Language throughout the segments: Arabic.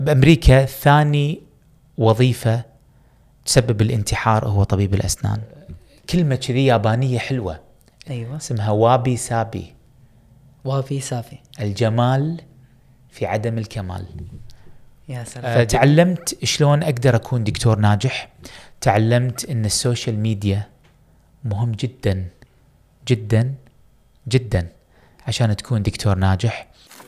بأمريكا ثاني وظيفة تسبب الانتحار هو طبيب الأسنان. كلمة كذي يابانية حلوة. أيوة. اسمها وابي سابي. وابي سابي. الجمال في عدم الكمال. يا سلام. تعلمت شلون أقدر أكون دكتور ناجح. تعلمت أن السوشيال ميديا مهم جدا جدا جدا عشان تكون دكتور ناجح.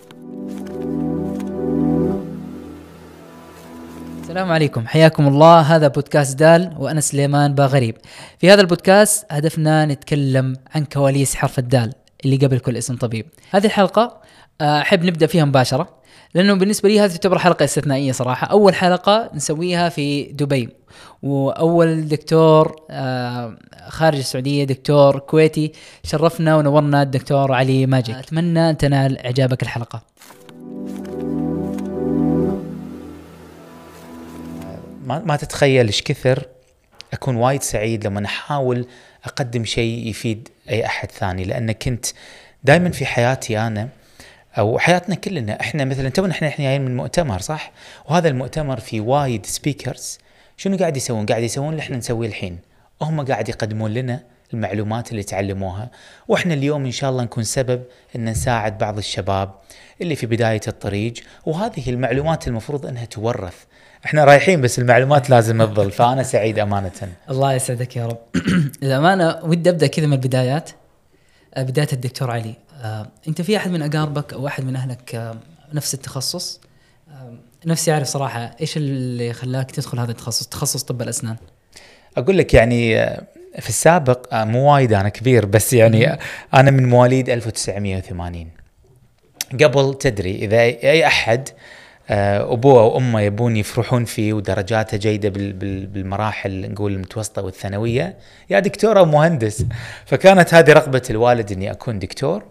السلام عليكم، حياكم الله. هذا بودكاست دال وأنا سليمان باغريب. في هذا البودكاست هدفنا نتكلم عن كواليس حرف الدال اللي قبل كل اسم طبيب. هذه الحلقة أحب نبدأ فيها مباشرة، لأنه بالنسبة لي هذه تعتبر حلقة استثنائية صراحة. أول حلقة نسويها في دبي، وأول دكتور خارج السعودية، دكتور كويتي، شرفنا ونورنا الدكتور علي ماجد. أتمنى أن تنال إعجابك الحلقة. ما تتخيل إيش كثر أكون وايد سعيد لما أحاول أقدم شيء يفيد أي أحد ثاني، لأن كنت دائما في حياتي أنا أو حياتنا كلنا، إحنا مثلا تونا إحنا جايين من مؤتمر، صح؟ وهذا المؤتمر في وايد سبيكرز. شنو قاعد يسوون؟ قاعد يسوون اللي إحنا نسويه الحين. هم قاعد يقدمون لنا المعلومات اللي تعلموها، وإحنا اليوم إن شاء الله نكون سبب إن نساعد بعض الشباب اللي في بداية الطريق. وهذه المعلومات المفروض أنها تورث. احنا رايحين بس المعلومات لازم تظل. فأنا سعيد أمانة. الله يسعدك يا رب. الأمانة ودي أبدأ كذا من البدايات، بداية الدكتور علي. أنت في أحد من أقاربك أو أحد من أهلك نفس التخصص؟ نفسي أعرف صراحة إيش اللي خلاك تدخل هذا التخصص، تخصص طب الأسنان؟ أقول لك يعني في السابق مو وايد أنا كبير، بس يعني أنا من مواليد 1980. قبل تدري إذا أي أحد أبوه وأمه يبون يفرحون فيه ودرجاته جيدة بالمراحل نقول المتوسطة والثانوية، يا دكتور أو مهندس. فكانت هذه رغبة الوالد أني أكون دكتور.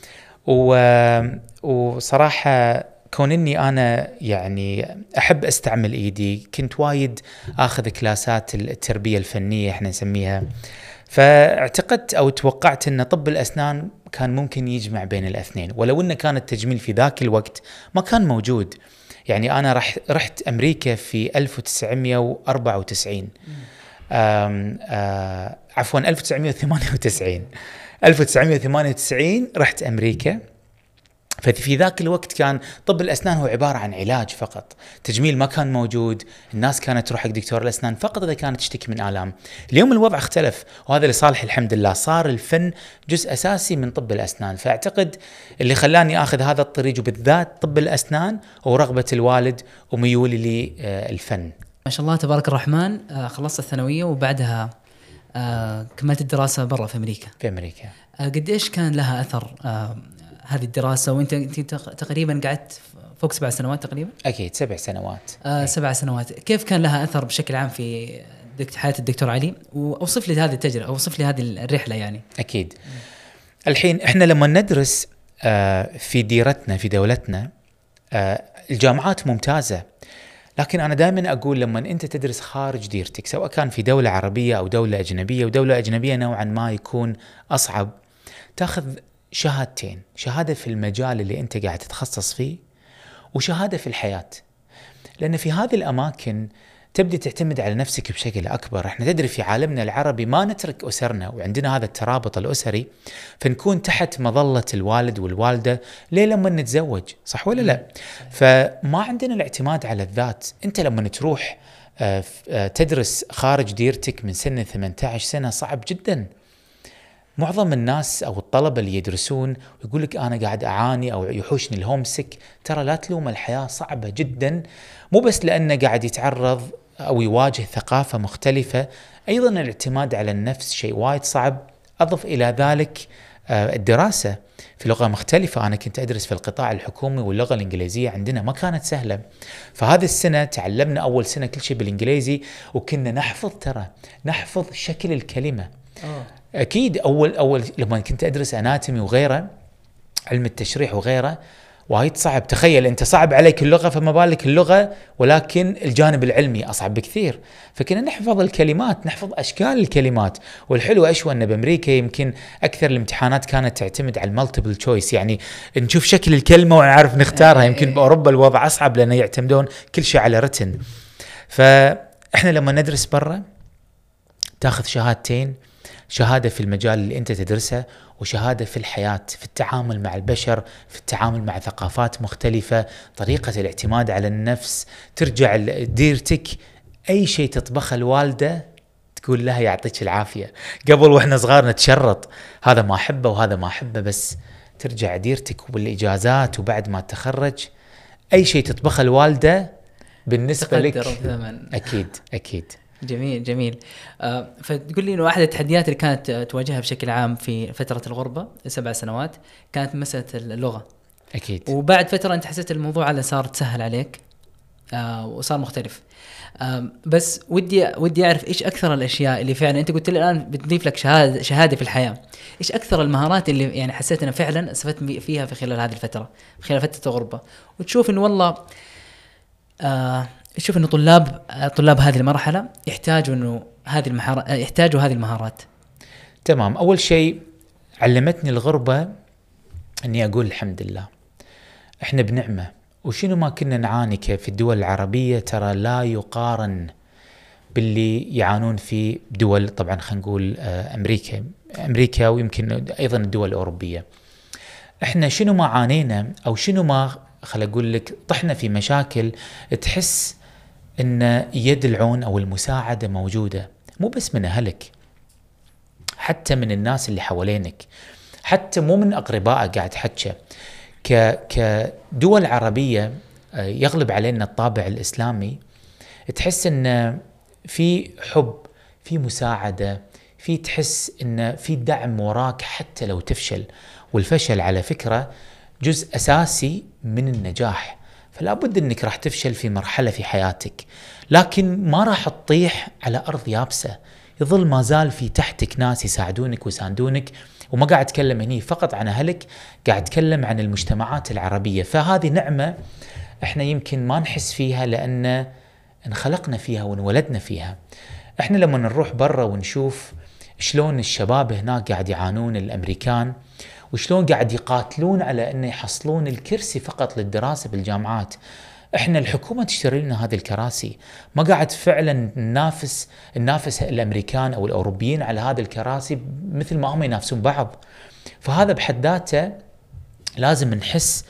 وصراحة كون أني أنا يعني أحب أستعمل إيدي، كنت وايد أخذ كلاسات التربية الفنية إحنا نسميها. فاعتقدت أو توقعت أن طب الأسنان كان ممكن يجمع بين الاثنين، ولو أن كان التجميل في ذاك الوقت ما كان موجود. يعني أنا رحت أمريكا في 1994 عفوا 1998 رحت أمريكا. ففي ذاك الوقت كان طب الأسنان هو عبارة عن علاج فقط، تجميل ما كان موجود. الناس كانت تروح حق دكتور الأسنان فقط إذا كانت تشتكي من آلام. اليوم الوضع اختلف، وهذا لصالح الحمد لله. صار الفن جزء أساسي من طب الأسنان. فأعتقد اللي خلاني أخذ هذا الطريق وبالذات طب الأسنان هو رغبة الوالد وميولي لي الفن. ما شاء الله تبارك الرحمن. خلصت الثانوية وبعدها كملت الدراسة برا في أمريكا. قديش كان لها أثر هذه الدراسة وانت تقريبا قعدت فوق 7 سنوات تقريبا؟ أكيد 7 سنوات. 7 سنوات. كيف كان لها أثر بشكل عام في حياة الدكتور علي؟ وأوصف لي هذه التجربة، أوصف لي هذه الرحلة يعني. أكيد. الحين إحنا لما ندرس في ديرتنا في دولتنا الجامعات ممتازة، لكن أنا دائما أقول لما أنت تدرس خارج ديرتك، سواء كان في دولة عربية أو دولة أجنبية، ودولة أجنبية نوعا ما يكون أصعب، تأخذ شهادتين: شهادة في المجال اللي أنت قاعد تتخصص فيه، وشهادة في الحياة. لأن في هذه الأماكن تبدأ تعتمد على نفسك بشكل أكبر. احنا تدري في عالمنا العربي ما نترك أسرنا وعندنا هذا الترابط الأسري، فنكون تحت مظلة الوالد والوالدة ليه لما نتزوج، صح ولا لا؟ فما عندنا الاعتماد على الذات. أنت لما تروح تدرس خارج ديرتك من سن 18 سنة صعب جدا. معظم الناس أو الطلبة اللي يدرسون يقول لك أنا قاعد أعاني أو يحوشني الهومسك. ترى لا تلوم، الحياة صعبة جدا، مو بس لأنه قاعد يتعرض أو يواجه ثقافة مختلفة، أيضا الاعتماد على النفس شيء وايد صعب. أضف إلى ذلك الدراسة في لغة مختلفة. أنا كنت أدرس في القطاع الحكومي واللغة الإنجليزية عندنا ما كانت سهلة. فهذه السنة تعلمنا أول سنة كل شيء بالإنجليزي، وكنا نحفظ شكل الكلمة. أكيد أول لما كنت أدرس أناتومي وغيره، علم التشريح وغيره، وايد صعب. تخيل انت صعب عليك اللغة، فما بالك اللغة ولكن الجانب العلمي اصعب بكثير. فكنا نحفظ الكلمات، نحفظ اشكال الكلمات. والحلو اشوى ان بامريكا يمكن اكثر الامتحانات كانت تعتمد على المالتيبل تشويس، يعني نشوف شكل الكلمة ونعرف نختارها. يمكن باوروبا الوضع اصعب لانه يعتمدون كل شيء على رتن. فاحنا لما ندرس برا تاخذ شهادتين، شهادة في المجال اللي أنت تدرسه، وشهادة في الحياة، في التعامل مع البشر، في التعامل مع ثقافات مختلفة، طريقة الاعتماد على النفس. ترجع ديرتك أي شيء تطبخه الوالدة تقول لها يعطيك العافية. قبل وإحنا صغار نتشرط هذا ما أحبه وهذا ما أحبه، بس ترجع ديرتك وبالإجازات وبعد ما تخرج أي شيء تطبخه الوالدة بالنسبة لك أكيد. جميل جميل. فتقول لي إنه أحد التحديات اللي كانت تواجهها بشكل عام في فترة الغربة 7 سنوات كانت مسألة اللغة. أكيد. وبعد فترة أنت حسيت الموضوع على صار تسهل عليك وصار مختلف. بس ودي أعرف إيش أكثر الأشياء اللي فعلا أنت قلت لي الآن بتضيف لك شهادة في الحياة. إيش أكثر المهارات اللي يعني حسيت أنا فعلا استفدت فيها في خلال هذه الفترة، في خلال فترة الغربة، وتشوف إنه والله شوف إنه طلاب هذه المرحلة يحتاجوا هذه المهارات. تمام. أول شيء علمتني الغربة أني أقول الحمد لله، إحنا بنعمة. وشنو ما كنا نعاني في الدول العربية ترى لا يقارن باللي يعانون في دول، طبعا خلينا نقول أمريكا ويمكن أيضا الدول الأوروبية. إحنا شنو ما عانينا أو شنو ما خلي أقول لك طحنا في مشاكل، تحس إن يد العون أو المساعدة موجودة، مو بس من أهلك، حتى من الناس اللي حوالينك، حتى مو من أقربائك. قاعد حكي كدول عربية يغلب علينا الطابع الإسلامي، تحس إن في حب، في مساعدة، في تحس إن في دعم وراك حتى لو تفشل. والفشل على فكرة جزء أساسي من النجاح. فلا بد أنك راح تفشل في مرحلة في حياتك، لكن ما راح تطيح على أرض يابسة. يظل ما زال في تحتك ناس يساعدونك ويساندونك. وما قاعد أتكلم هني فقط عن أهلك، قاعد أتكلم عن المجتمعات العربية. فهذه نعمة إحنا يمكن ما نحس فيها لأن انخلقنا فيها وانولدنا فيها. إحنا لما نروح برا ونشوف شلون الشباب هناك قاعد يعانون، الأمريكان، وشلون قاعد يقاتلون على أن يحصلون الكرسي فقط للدراسة بالجامعات. إحنا الحكومة تشتري لنا هذه الكراسي، ما قاعد فعلا ننافس الأمريكان أو الأوروبيين على هذه الكراسي مثل ما هم ينافسون بعض. فهذا بحد ذاته لازم نحس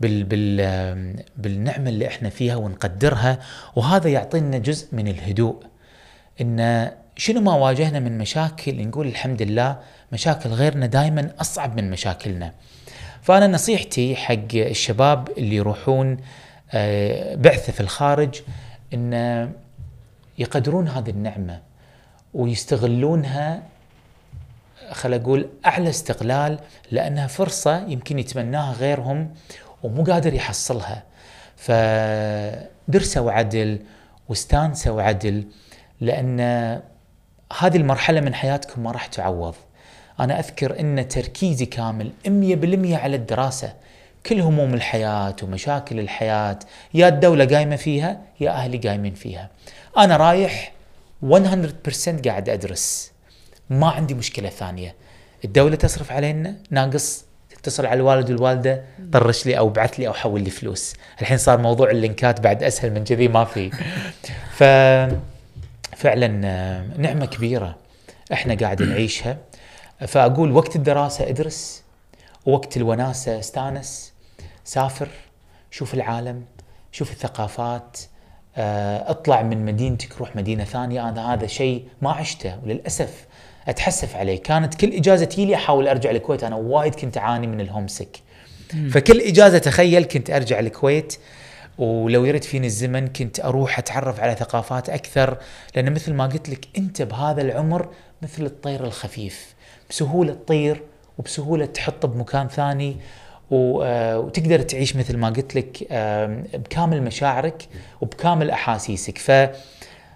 بالنعمة اللي إحنا فيها ونقدرها. وهذا يعطينا جزء من الهدوء، إن شنو ما واجهنا من مشاكل نقول الحمد لله، مشاكل غيرنا دائما أصعب من مشاكلنا. فأنا نصيحتي حق الشباب اللي يروحون بعثة في الخارج إن يقدرون هذه النعمة ويستغلونها، خل أقول أعلى استغلال، لأنها فرصة يمكن يتمناها غيرهم ومو قادر يحصلها. فدرسوا عدل واستانسوا عدل، لأن هذه المرحلة من حياتكم ما راح تعوض. أنا أذكر أن تركيزي كامل 100% على الدراسة. كل هموم الحياة ومشاكل الحياة يا الدولة قايمة فيها يا أهلي قايمين فيها. أنا رايح 100% قاعد أدرس، ما عندي مشكلة ثانية. الدولة تصرف علينا، ناقص تتصل على الوالد والوالدة طرش لي أو بعث لي أو حول لي فلوس. الحين صار موضوع اللينكات بعد أسهل من كذي ما في. فعلا نعمة كبيرة احنا قاعد نعيشها. فأقول وقت الدراسة ادرس، ووقت الوناسة استانس، سافر، شوف العالم، شوف الثقافات، اطلع من مدينتك روح مدينة ثانية. أنا هذا شيء ما عشته وللأسف أتحسف عليه. كانت كل إجازة تيلي أحاول أرجع الكويت، أنا وايد كنت أعاني من الهومسك. فكل إجازة تخيل كنت أرجع الكويت، ولو يرد فيني الزمن كنت أروح أتعرف على ثقافات أكثر. لأن مثل ما قلت لك أنت بهذا العمر مثل الطير الخفيف، بسهولة تطير وبسهولة تحط بمكان ثاني وتقدر تعيش مثل ما قلت لك بكامل مشاعرك وبكامل أحاسيسك.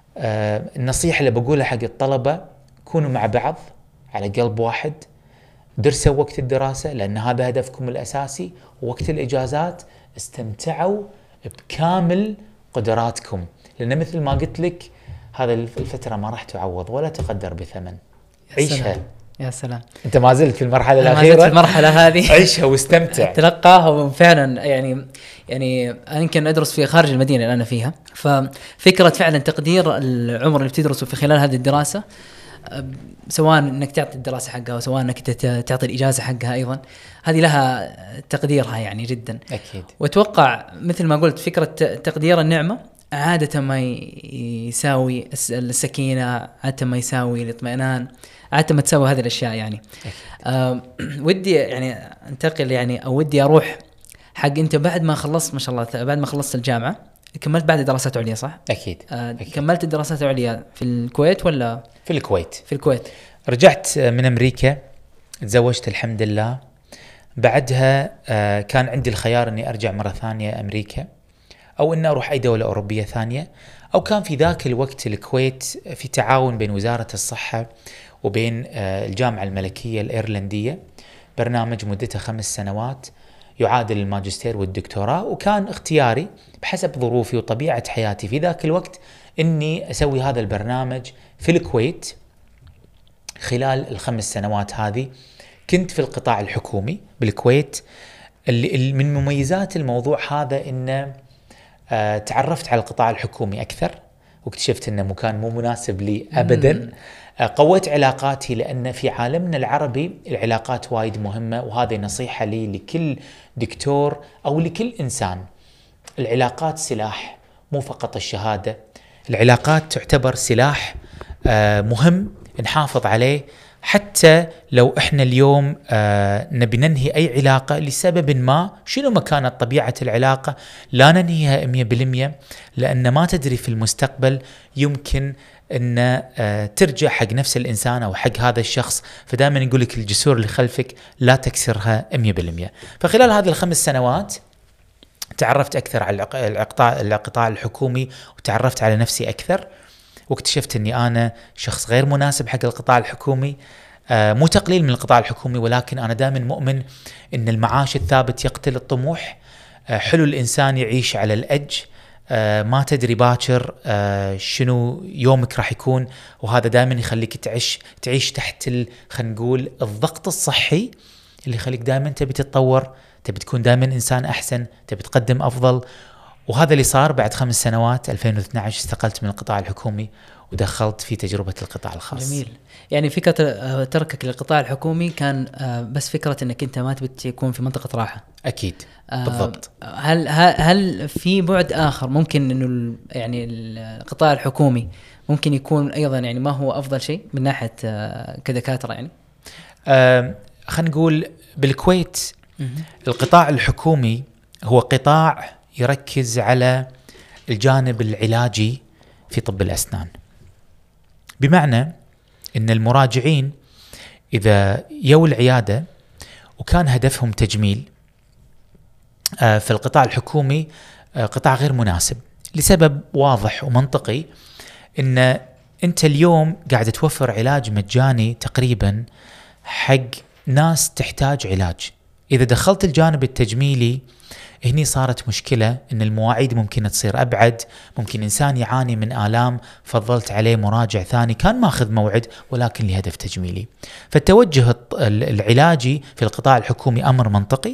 فالنصيحة اللي بقولها حق الطلبة، كونوا مع بعض على قلب واحد، درسوا وقت الدراسة لأن هذا هدفكم الأساسي، ووقت الإجازات استمتعوا بكامل قدراتكم، لأن مثل ما قلت لك هذا الفترة ما راح تعوض ولا تقدر بثمن. عيشها. يا سلام. أنت ما زلت في المرحلة الأخيرة، ما زلت في المرحلة هذه. عيشها واستمتع. تلقاها. وفعلا يعني أنا يمكن أدرس في خارج المدينة اللي أنا فيها، ففكرة فعلا تقدير العمر اللي بتدرسه في خلال هذه الدراسة، سواء انك تعطي الدراسه حقها وسواء انك تعطي الاجازه حقها ايضا، هذه لها تقديرها يعني جدا اكيد. واتوقع مثل ما قلت فكره تقدير النعمه عاده ما يساوي السكينه، عاده ما يساوي الاطمئنان، عاده ما تساوي هذه الاشياء يعني. ودي يعني انتقل يعني او ودي اروح حق انت بعد ما خلصت ما شاء الله، بعد ما خلصت الجامعه كملت بعد دراسات عليا صح؟ أكيد. كملت الدراسات العليا في الكويت ولا؟ في الكويت. في الكويت. رجعت من أمريكا، تزوجت الحمد لله. بعدها كان عندي الخيار أني أرجع مرة ثانية أمريكا، أو أن أروح أي دولة أوروبية ثانية، أو كان في ذاك الوقت الكويت في تعاون بين وزارة الصحة وبين الجامعة الملكية الإيرلندية، برنامج مدته 5 سنوات يعادل الماجستير والدكتوراه، وكان اختياري بحسب ظروفي وطبيعة حياتي في ذاك الوقت أني أسوي هذا البرنامج في الكويت. خلال ال5 سنوات هذه كنت في القطاع الحكومي بالكويت. اللي من مميزات الموضوع هذا أن تعرفت على القطاع الحكومي أكثر، واكتشفت أنه مكان مو مناسب لي أبدا. قويت علاقاتي، لأن في عالمنا العربي العلاقات وايد مهمة، وهذه نصيحة لي لكل دكتور أو لكل إنسان. العلاقات سلاح، مو فقط الشهادة. العلاقات تعتبر سلاح مهم نحافظ عليه، حتى لو احنا اليوم نبي ننهي أي علاقة لسبب ما، شنو ما كانت طبيعة العلاقة، لا ننهيها 100%، لأن ما تدري في المستقبل يمكن أن ترجع حق نفس الإنسان أو حق هذا الشخص. فدائما يقولك الجسور اللي خلفك لا تكسرها 100%. فخلال هذه ال5 سنوات تعرفت أكثر على القطاع الحكومي، وتعرفت على نفسي أكثر، واكتشفت أني أنا شخص غير مناسب حق القطاع الحكومي. مو تقليل من القطاع الحكومي، ولكن أنا دائما مؤمن أن المعاش الثابت يقتل الطموح. حلو الإنسان يعيش على الأج، ما تدري باكر شنو يومك راح يكون، وهذا دائما يخليك تعيش تحت خلينا نقول الضغط الصحي اللي يخليك دائما تبي تتطور، تبي تكون دائما إنسان أحسن، تبي تقدم أفضل. وهذا اللي صار بعد 5 سنوات. 2012 استقلت من القطاع الحكومي ودخلت في تجربة القطاع الخاص. جميل. يعني فكرة تركك للقطاع الحكومي كان بس فكرة انك انت ما تبي تكون في منطقة راحة. اكيد بالضبط. هل في بعد اخر ممكن انه يعني القطاع الحكومي ممكن يكون ايضا يعني ما هو افضل شيء من ناحية كدكاترة يعني؟ خلينا نقول بالكويت القطاع الحكومي هو قطاع يركز على الجانب العلاجي في طب الأسنان، بمعنى أن المراجعين إذا يو العيادة وكان هدفهم تجميل، في القطاع الحكومي قطاع غير مناسب لسبب واضح ومنطقي، أن أنت اليوم قاعد توفر علاج مجاني تقريبا حق ناس تحتاج علاج. إذا دخلت الجانب التجميلي هني صارت مشكلة، إن المواعيد ممكن تصير أبعد، ممكن إنسان يعاني من آلام فضلت عليه مراجع ثاني كان ماخذ موعد ولكن لهدف تجميلي. فالتوجه العلاجي في القطاع الحكومي أمر منطقي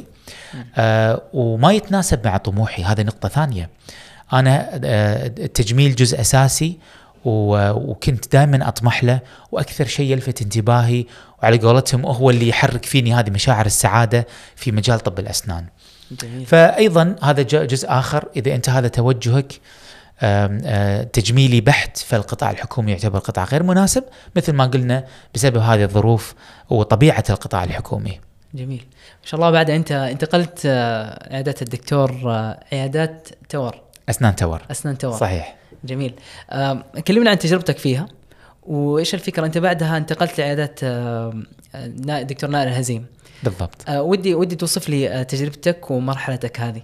وما يتناسب مع طموحي. هذا نقطة ثانية. أنا التجميل جزء أساسي وكنت دائما أطمح له، وأكثر شيء يلفت انتباهي وعلى قولتهم هو اللي يحرك فيني هذه مشاعر السعادة في مجال طب الأسنان. جميل. فأيضا هذا جزء آخر. إذا أنت هذا توجهك تجميلي بحت، فالقطاع الحكومي يعتبر قطاع غير مناسب مثل ما قلنا بسبب هذه الظروف وطبيعة القطاع الحكومي. جميل. ما شاء الله. بعد أنت انتقلت عيادات الدكتور عيادات تور أسنان تور. صحيح. جميل. كلمنا عن تجربتك فيها وإيش الفكرة. أنت بعدها انتقلت لعيادات دكتور نائر الهزيم. بالضبط. ودي توصف لي تجربتك ومرحلتك هذه.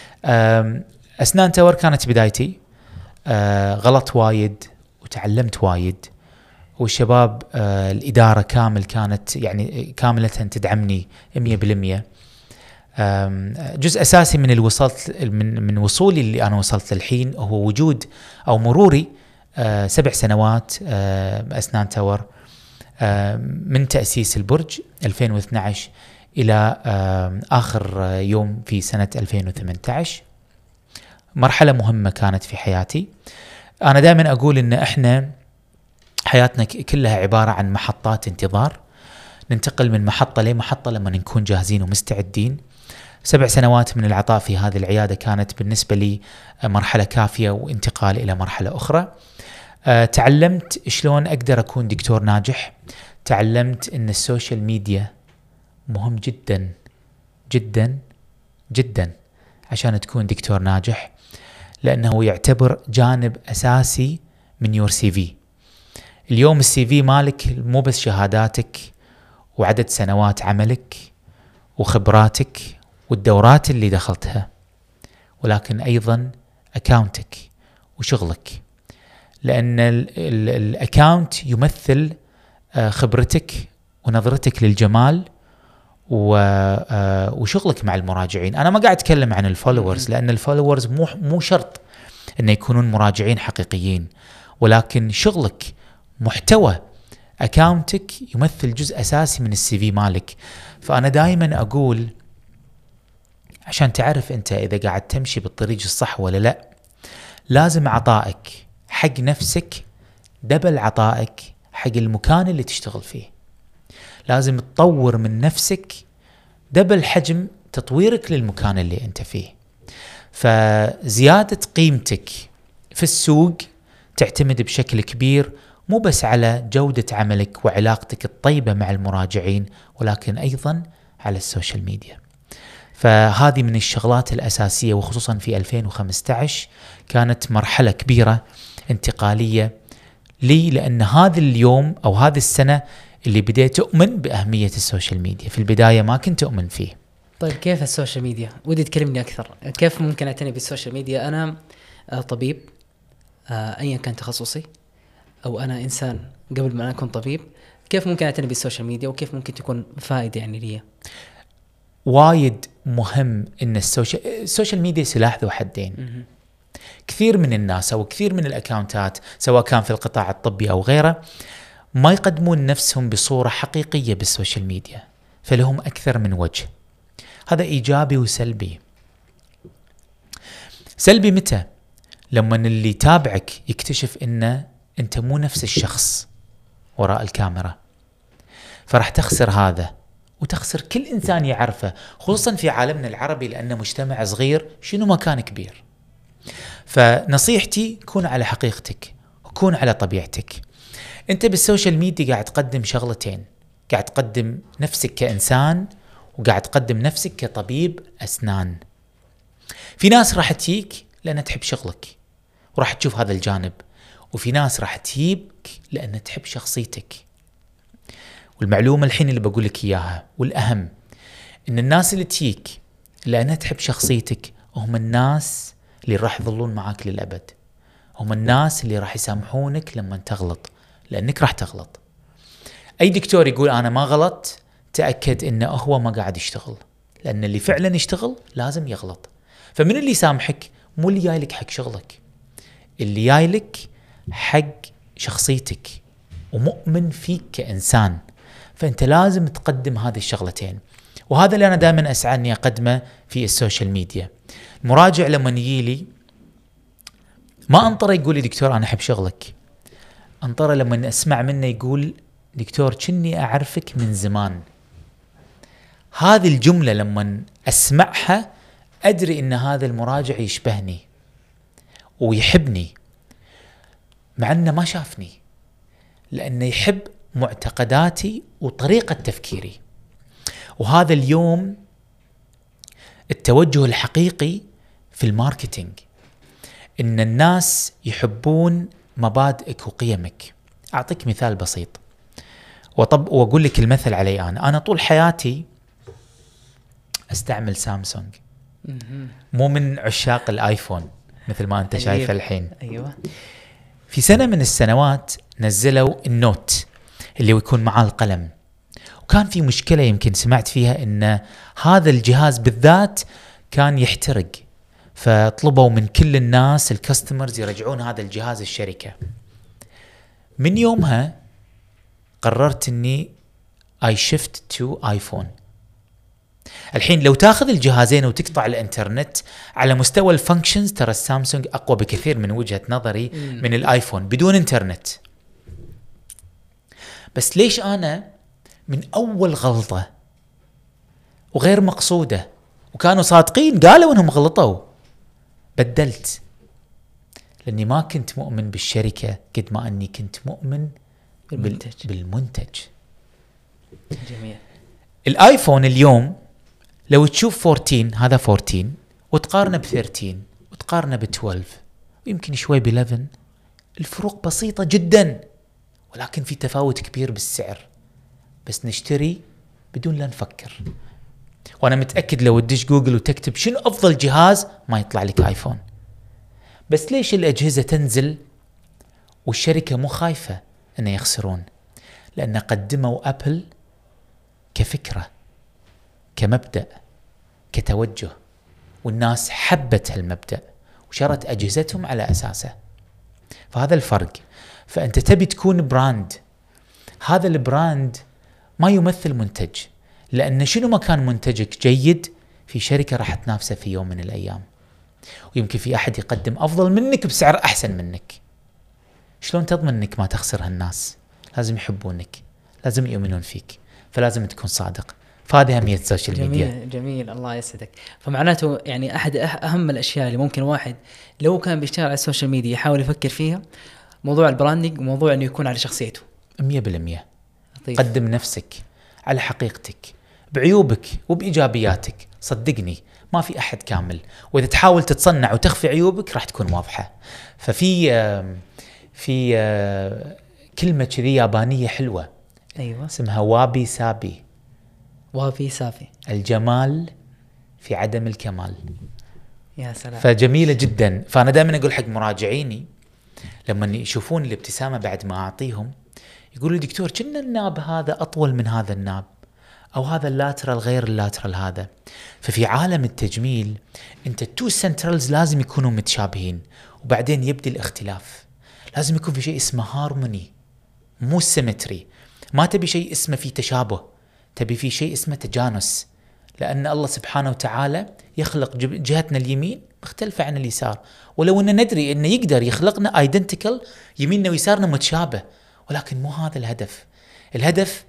أسنان تور كانت بدايتي. غلط وايد وتعلمت وايد، والشباب الإدارة كانت يعني كاملة تدعمني 100%. جزء أساسي من من وصولي اللي أنا وصلت للحين هو وجود أو مروري 7 سنوات أسنان تاور من تأسيس البرج 2012 إلى آخر يوم في سنة 2018. مرحلة مهمة كانت في حياتي. أنا دائما أقول إن إحنا حياتنا كلها عبارة عن محطات انتظار، ننتقل من محطة لمحطة لما نكون جاهزين ومستعدين. 7 سنوات من العطاء في هذه العيادة كانت بالنسبة لي مرحلة كافية وانتقال إلى مرحلة أخرى. تعلمت شلون أقدر أكون دكتور ناجح. تعلمت إن السوشيال ميديا مهم جدا جدا جدا عشان تكون دكتور ناجح، لأنه يعتبر جانب أساسي من يور سي في. اليوم السي في مالك مو بس شهاداتك وعدد سنوات عملك وخبراتك والدورات اللي دخلتها، ولكن أيضا أكاونتك وشغلك، لأن الأكاونت يمثل خبرتك ونظرتك للجمال وشغلك مع المراجعين. أنا ما قاعد أتكلم عن الفولورز، لأن الفولورز مو شرط أن يكونون مراجعين حقيقيين، ولكن شغلك، محتوى أكاونتك يمثل جزء أساسي من السي في مالك. فأنا دائما أقول عشان تعرف أنت إذا قاعد تمشي بالطريق الصح ولا لا، لازم عطائك حق نفسك دبل عطائك حق المكان اللي تشتغل فيه. لازم تطور من نفسك دبل حجم تطويرك للمكان اللي أنت فيه. فزيادة قيمتك في السوق تعتمد بشكل كبير مو بس على جودة عملك وعلاقتك الطيبة مع المراجعين، ولكن أيضا على السوشيال ميديا. فهذه من الشغلات الأساسية، وخصوصا في 2015 كانت مرحلة كبيرة انتقالية لي، لأن هذا اليوم أو هذه السنة اللي بديت أؤمن بأهمية السوشيال ميديا. في البداية ما كنت أؤمن فيه. طيب كيف السوشيال ميديا؟ ودي تكلمني أكثر، كيف ممكن أعتني بالسوشيال ميديا؟ أنا طبيب، أيا كان تخصصي، أو أنا إنسان قبل ما أكون طبيب، كيف ممكن أعتني بالسوشيال ميديا وكيف ممكن تكون فائدة يعني لي؟ وايد مهم إن السوشيال ميديا سلاح ذو حدين. كثير من الناس أو كثير من الأكاونتات سواء كان في القطاع الطبي أو غيره ما يقدمون نفسهم بصورة حقيقية بالسوشيال ميديا، فلهم أكثر من وجه. هذا إيجابي وسلبي. سلبي متى؟ لما اللي يتابعك يكتشف إن أنت مو نفس الشخص وراء الكاميرا، فرح تخسر هذا وتخسر كل إنسان يعرفه، خصوصا في عالمنا العربي لأنه مجتمع صغير شنو مكان كبير. فنصيحتي كون على حقيقتك وكون على طبيعتك. أنت بالسوشيال ميديا قاعد تقدم شغلتين، قاعد تقدم نفسك كإنسان وقاعد تقدم نفسك كطبيب أسنان. في ناس راح تجيك لأنها تحب شغلك وراح تشوف هذا الجانب، وفي ناس راح تجيبك لأنها تحب شخصيتك. والمعلومة الحين اللي بقولك إياها والأهم، إن الناس اللي تجيك لأنها تحب شخصيتك هم الناس اللي راح يظلون معاك للأبد، هم الناس اللي راح يسامحونك لما تغلط، لأنك راح تغلط. أي دكتور يقول أنا ما غلط، تأكد إنه هو ما قاعد يشتغل، لأن اللي فعلا يشتغل لازم يغلط. فمن اللي يسامحك؟ مو اللي جايلك حق شغلك، اللي جايلك حق شخصيتك ومؤمن فيك كإنسان. فأنت لازم تقدم هذه الشغلتين، وهذا اللي أنا دائما أسعى أني أقدمه في السوشيال ميديا. المراجع لما يجيلي ما أنطره يقول لي دكتور أنا أحب شغلك، أنطره لما أسمع منه يقول دكتور كني أعرفك من زمان. هذه الجملة لما أسمعها أدري إن هذا المراجع يشبهني ويحبني، مع أنه ما شافني، لأنه يحب معتقداتي وطريقة تفكيري. وهذا اليوم التوجه الحقيقي في الماركتينج، إن الناس يحبون مبادئك وقيمك. أعطيك مثال بسيط وأقول لك المثل علي. أنا طول حياتي أستعمل سامسونج، مو من عشاق الآيفون مثل ما أنت شايف الحين. أيوة. في سنة من السنوات نزلوا النوت اللي يكون معاه القلم، وكان في مشكلة يمكن سمعت فيها إن هذا الجهاز بالذات كان يحترق، فطلبوا من كل الناس الكاستمرز يرجعون هذا الجهاز الشركة. من يومها قررت إني I shift to iPhone. الحين لو تاخذ الجهازين وتقطع الانترنت على مستوى الفانكشنز، ترى السامسونج أقوى بكثير من وجهة نظري من الآيفون بدون انترنت. بس ليش أنا من أول غلطة وغير مقصودة وكانوا صادقين قالوا أنهم غلطوا بدلت؟ لأني ما كنت مؤمن بالشركة قد ما أني كنت مؤمن بالمنتج. جميل. الآيفون اليوم لو تشوف 14 هذا 14 وتقارنه ب 13 وتقارنه ب 12 ويمكن شوي ب 11، الفروق بسيطة جدا، ولكن في تفاوت كبير بالسعر. بس نشتري بدون لا نفكر. وأنا متأكد لو تدش جوجل وتكتب شنو أفضل جهاز ما يطلع لك آيفون. بس ليش الأجهزة تنزل والشركة مو خايفة أن يخسرون؟ لأن قدموا أبل كفكرة، كمبدأ، كتوجه، والناس حبت هالمبدأ وشرت أجهزتهم على أساسه. فهذا الفرق. فأنت تبي تكون براند، هذا البراند ما يمثل منتج، لأن شنو ما كان منتجك جيد في شركة راح تنافسه في يوم من الأيام، ويمكن في أحد يقدم أفضل منك بسعر أحسن منك. شلون تضمن أنك ما تخسر هالناس؟ لازم يحبونك، لازم يؤمنون فيك، فلازم تكون صادق. فهذه أهمية السوشيال ميديا. جميل جميل، الله يسعدك. فمعناته يعني أحد أهم الأشياء اللي ممكن واحد لو كان بيشتغل على السوشيال ميديا يحاول يفكر فيها موضوع البراندنج، وموضوع إنه يكون على شخصيته 100%. قدم نفسك على حقيقتك بعيوبك وبإيجابياتك. صدقني ما في أحد كامل، وإذا تحاول تتصنع وتخفي عيوبك راح تكون واضحة. في كلمة كذي يابانية حلوة، أيوة، اسمها وابي سابي. وابي سابي، الجمال في عدم الكمال. يا سلام. فجميلة جدا. فأنا دائما أقول حق مراجعيني لما يشوفون الابتسامة بعد ما أعطيهم، يقولوا دكتور كنا الناب هذا أطول من هذا الناب، أو هذا اللاترال غير اللاترال هذا. ففي عالم التجميل أنت التو سنترالز لازم يكونوا متشابهين، وبعدين يبدي الاختلاف. لازم يكون في شيء اسمه هارموني، مو سيمتري. ما تبي شيء اسمه فيه تشابه، تبي فيه شيء اسمه تجانس، لأن الله سبحانه وتعالى يخلق جهتنا اليمين مختلفة عن اليسار، ولو أن ندري أنه يقدر يخلقنا ايدنتيكال يميننا ويسارنا متشابه، ولكن مو هذا الهدف. الهدف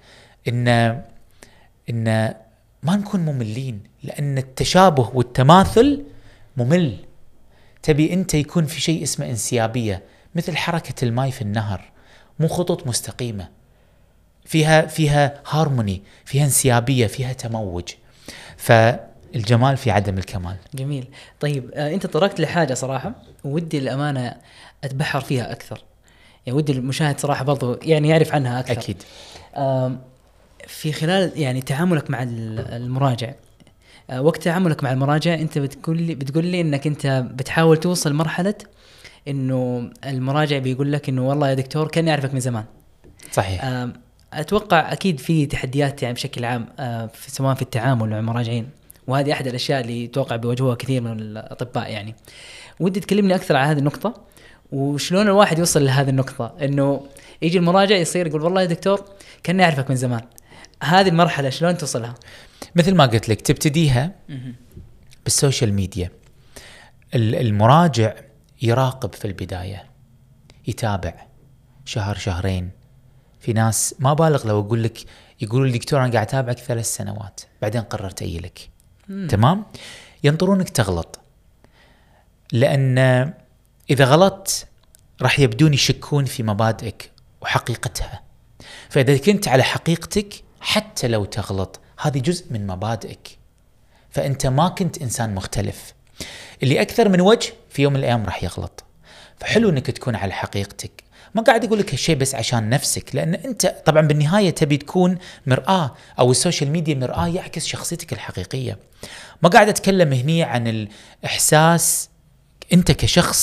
إن ما نكون مملين، لأن التشابه والتماثل ممل. تبي أنت يكون في شيء اسمه انسيابية، مثل حركة الماء في النهر، مو خطوط مستقيمة، فيها هارموني، فيها انسيابية، فيها تموج. فالجمال في عدم الكمال. جميل. طيب أنت طرقت لحاجة صراحة ودي الأمانة أتبحر فيها أكثر، يعني ودي المشاهد صراحة برضو يعني يعرف عنها أكثر. أكيد. في خلال يعني تعاملك مع المراجع، وقت تعاملك مع المراجع أنت بتقول لي إنك أنت بتحاول توصل مرحلة إنه المراجع بيقول لك إنه والله يا دكتور كان يعرفك من زمان. صحيح. أتوقع أكيد في تحديات يعني بشكل عام سواء في التعامل مع المراجعين، وهذه أحد الأشياء اللي توقع بيواجهوها كثير من الأطباء. يعني ودي تكلمني أكثر عن هذه النقطة، وشلون الواحد يوصل لهذه النقطة إنه يجي المراجع يصير يقول والله يا دكتور كان يعرفك من زمان. هذه المرحلة شلون توصلها؟ مثل ما قلت لك تبتديها بالسوشيال ميديا. المراجع يراقب في البداية، يتابع شهر شهرين. في ناس ما بالغ لو أقول لك يقولوا لي دكتور أنا قاعد أتابعك 3 سنوات بعدين قررت أجيلك. تمام؟ ينطرونك تغلط، لأن إذا غلطت راح يبدون يشكون في مبادئك وحقيقتها. فإذا كنت على حقيقتك حتى لو تغلط هذه جزء من مبادئك، فأنت ما كنت إنسان مختلف. اللي أكثر من وجه في يوم من الأيام راح يغلط. فحلو أنك تكون على حقيقتك. ما قاعد أقول لك هالشيء بس عشان نفسك، لأن أنت طبعا بالنهاية تبي تكون مرآة، أو السوشيال ميديا مرآة يعكس شخصيتك الحقيقية. ما قاعد أتكلم هني عن الإحساس أنت كشخص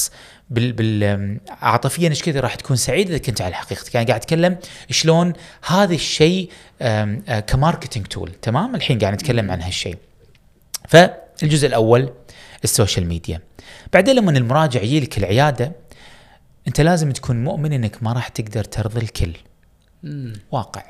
عاطفيا ايش كذا راح تكون سعيد اذا كنت على حقيقتك. يعني قاعد اتكلم شلون هذا الشيء كماركتينج تول. تمام، الحين قاعد نتكلم عن هالشيء. فالجزء الاول السوشيال ميديا. بعدين لما المراجع يجيلك العياده انت لازم تكون مؤمن انك ما راح تقدر ترضي الكل. واقع.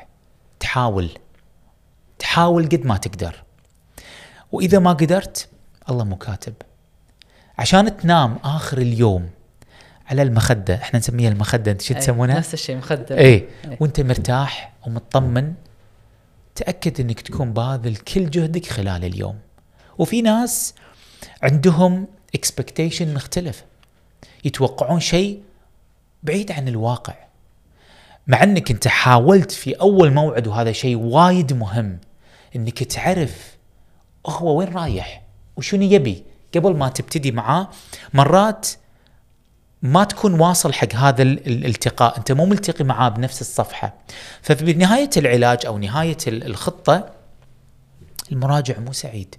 تحاول قد ما تقدر، واذا ما قدرت الله مو كاتب. عشان تنام اخر اليوم على المخده، احنا نسميها المخده، انت شو تسمونها؟ نفس الشيء، مخده. وانت مرتاح ومطمن، تاكد انك تكون باذل كل جهدك خلال اليوم. وفي ناس عندهم اكسبكتيشن مختلف، يتوقعون شيء بعيد عن الواقع، مع انك انت حاولت في اول موعد. وهذا شيء وايد مهم، انك تعرف هو وين رايح وشنو يبي قبل ما تبتدي معاه. مرات ما تكون واصل حق هذا الالتقاء، انت مو ملتقي معاه بنفس الصفحة. ففي نهاية العلاج او نهاية الخطة المراجع مو سعيد.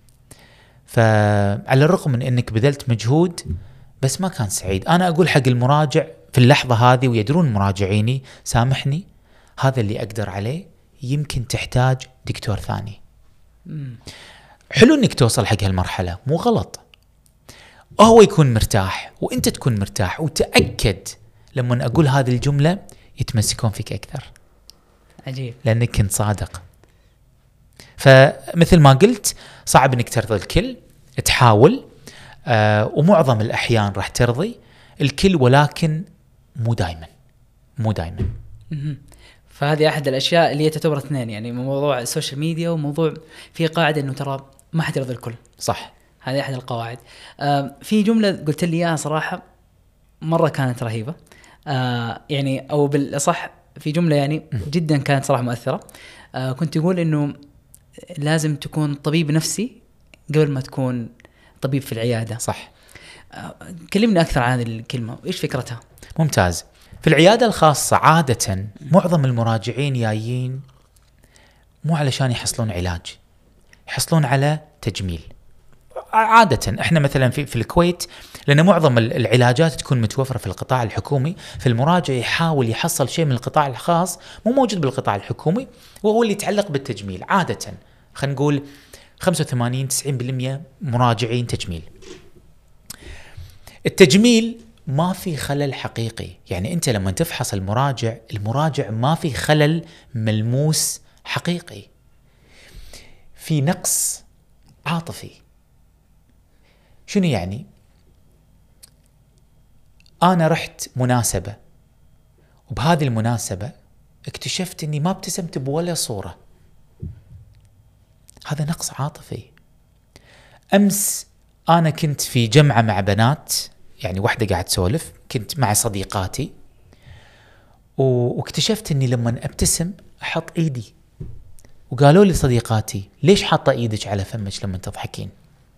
فعلى الرغم من انك بذلت مجهود بس ما كان سعيد. انا اقول حق المراجع في اللحظة هذه، ويدرون مراجعيني، سامحني هذا اللي اقدر عليه، يمكن تحتاج دكتور ثاني. حلو انك توصل حق هالمرحلة، مو غلط. هو يكون مرتاح وانت تكون مرتاح، وتأكد لما اقول هذه الجملة يتمسكون فيك اكثر. عجيب. لانك كنت صادق. فمثل ما قلت صعب انك ترضي الكل، تحاول ومعظم الاحيان راح ترضي الكل، ولكن مو دائما. فهذه احد الاشياء اللي هي تعتبر اثنين، يعني موضوع السوشيال ميديا وموضوع في قاعده انه ترى ما حد يرضي الكل. صح، هذه احد القواعد. في جمله قلت لي اياها صراحه مره كانت رهيبه، يعني او بالاصح في جمله يعني جدا كانت صراحه مؤثره. كنت يقول انه لازم تكون طبيب نفسي قبل ما تكون طبيب في العياده. صح. كلمني اكثر عن هذه الكلمه وايش فكرتها. ممتاز. في العياده الخاصه عاده معظم المراجعين جايين مو علشان يحصلون علاج، يحصلون على تجميل. عادة احنا مثلا في الكويت، لأن معظم العلاجات تكون متوفرة في القطاع الحكومي، فالمراجع يحاول يحصل شيء من القطاع الخاص مو موجود بالقطاع الحكومي، وهو اللي يتعلق بالتجميل. عادة خلينا نقول 85-90% مراجعين تجميل. التجميل ما في خلل حقيقي، يعني انت لما تفحص المراجع ما في خلل ملموس حقيقي، في نقص عاطفي. شنو يعني؟ أنا رحت مناسبة، وبهذه المناسبة اكتشفت أني ما ابتسمت بولا صورة، هذا نقص عاطفي. أمس أنا كنت في جمعة مع بنات، يعني واحدة قاعد تسولف، كنت مع صديقاتي، واكتشفت أني لما أبتسم أحط إيدي، وقالوا لي صديقاتي ليش حاطة إيدك على فمك لما تضحكين؟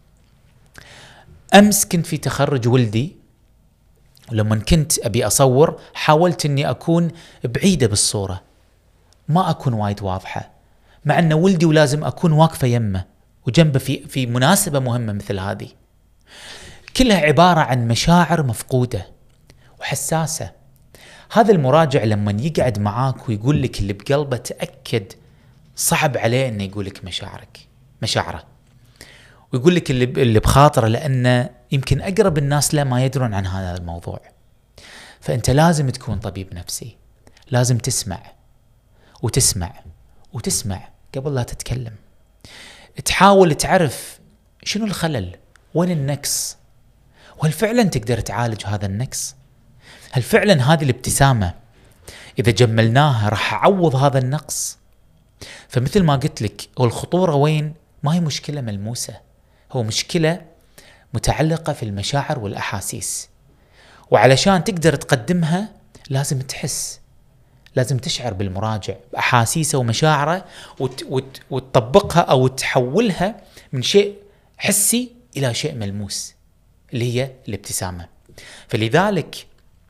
أمس كنت في تخرج ولدي، ولما كنت أبي أصور حاولت أني أكون بعيدة بالصورة، ما أكون وايد واضحة، مع أن ولدي ولازم أكون واقفة يمه وجنبه في مناسبة مهمة مثل هذه. كلها عبارة عن مشاعر مفقودة وحساسة. هذا المراجع لما يقعد معاك ويقول لك اللي بقلبه، تأكد صعب عليه أنه يقول لك مشاعره، ويقول لك اللي بخاطره، لأنه يمكن أقرب الناس له ما يدرون عن هذا الموضوع. فأنت لازم تكون طبيب نفسي، لازم تسمع وتسمع وتسمع قبل لا تتكلم. تحاول تعرف شنو الخلل، وين النقص، وهل فعلا تقدر تعالج هذا النقص؟ هل فعلا هذه الابتسامة إذا جملناها راح أعوض هذا النقص؟ فمثل ما قلت لك، والخطورة وين؟ ما هي مشكلة ملموسة، هو مشكلة متعلقة في المشاعر والأحاسيس. وعلشان تقدر تقدمها لازم تحس، لازم تشعر بالمراجع بأحاسيسه ومشاعره، وتطبقها أو تحولها من شيء حسي إلى شيء ملموس اللي هي الابتسامة. فلذلك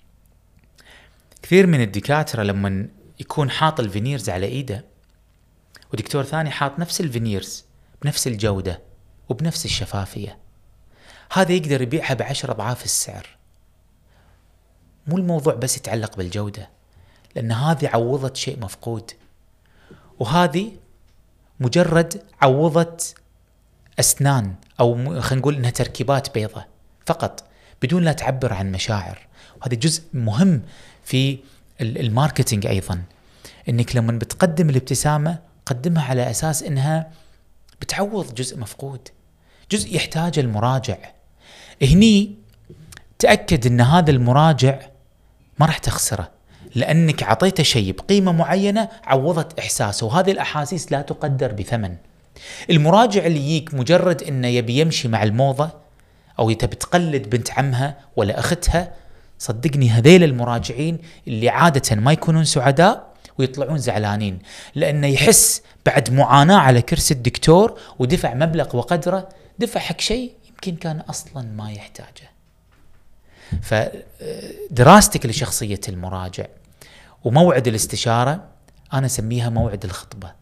كثير من الدكاترة لما يكون حاط الفينيرز على إيده، ودكتور ثاني حاط نفس الفينيرز بنفس الجودة وبنفس الشفافية، هذا يقدر يبيعها ب10 أضعاف السعر، مو الموضوع بس يتعلق بالجودة، لأن هذه عوضت شيء مفقود، وهذه مجرد عوضت أسنان، أو خلينا نقول إنها تركيبات بيضة فقط بدون لا تعبر عن مشاعر. وهذا جزء مهم في الماركتينج أيضا، إنك لما بتقدم الابتسامة قدمها على أساس إنها بتعوض جزء مفقود، جزء يحتاج المراجع. هني تأكد إن هذا المراجع ما راح تخسره، لأنك عطيته شيء بقيمة معينة عوضت إحساسه، وهذه الأحاسيس لا تقدر بثمن. المراجع اللي يجيك مجرد إنه يبي يمشي مع الموضة أو يتبي تقلد بنت عمها ولا أختها، صدقني هذيل المراجعين اللي عادة ما يكونون سعداء ويطلعون زعلانين، لأنه يحس بعد معاناة على كرسي الدكتور ودفع مبلغ وقدره، دفع حق شيء يمكن كان أصلا ما يحتاجه. فدراستك لشخصية المراجع وموعد الاستشارة أنا أسميها موعد الخطبة.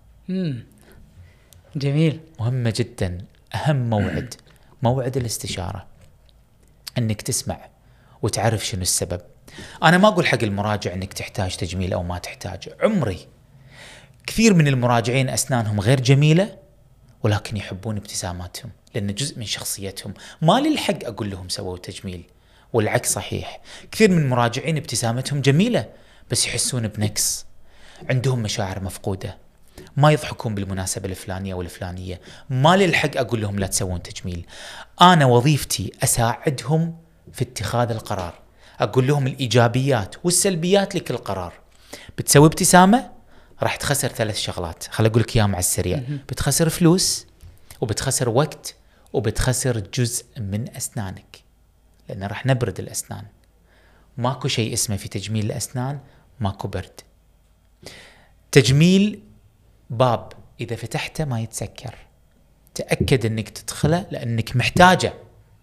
جميل، مهمة جدا، أهم موعد الاستشارة، أنك تسمع وتعرف شنو السبب. أنا ما أقول حق المراجع أنك تحتاج تجميل أو ما تحتاج، عمري. كثير من المراجعين أسنانهم غير جميلة ولكن يحبون ابتساماتهم لأن جزء من شخصيتهم. ما لي الحق أقول لهم سووا تجميل، والعكس صحيح. كثير من المراجعين ابتسامتهم جميلة بس يحسون بنقص، عندهم مشاعر مفقودة، ما يضحكون بالمناسبة الفلانية والفلانية. ما لي الحق أقول لهم لا تسوون تجميل. أنا وظيفتي أساعدهم في اتخاذ القرار، أقول لهم الإيجابيات والسلبيات لكل قرار. بتسوي ابتسامة راح تخسر 3 شغلات، خل أقول لك إياها مع السريع. بتخسر فلوس، وبتخسر وقت، وبتخسر جزء من أسنانك، لأن راح نبرد الأسنان. ماكو شيء اسمه في تجميل الأسنان ماكو برد. تجميل باب إذا فتحته ما يتسكر، تأكد أنك تدخله لأنك محتاجه.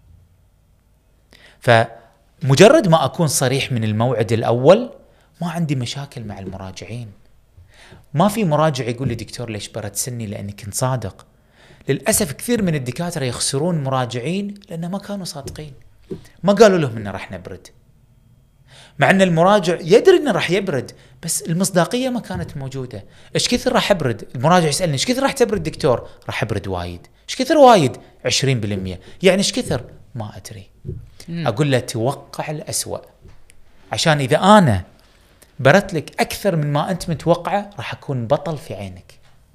فمجرد ما أكون صريح من الموعد الأول ما عندي مشاكل مع المراجعين. ما في مراجع يقول لي دكتور ليش برد سني لأني كنت صادق. للأسف كثير من الدكاترة يخسرون مراجعين لأنه ما كانوا صادقين، ما قالوا لهم إنه راح نبرد، مع أن المراجع يدري إنه راح يبرد بس المصداقية ما كانت موجودة. إيش كثر راح أبرد؟ المراجع يسألني إيش كثر راح تبرد دكتور؟ راح أبرد وايد. إيش كثر وايد؟ 20%. يعني إيش كثر؟ ما أدري. أقول له توقع الأسوأ، عشان إذا أنا برت لك أكثر من ما أنت متوقعه راح أكون بطل في عينك.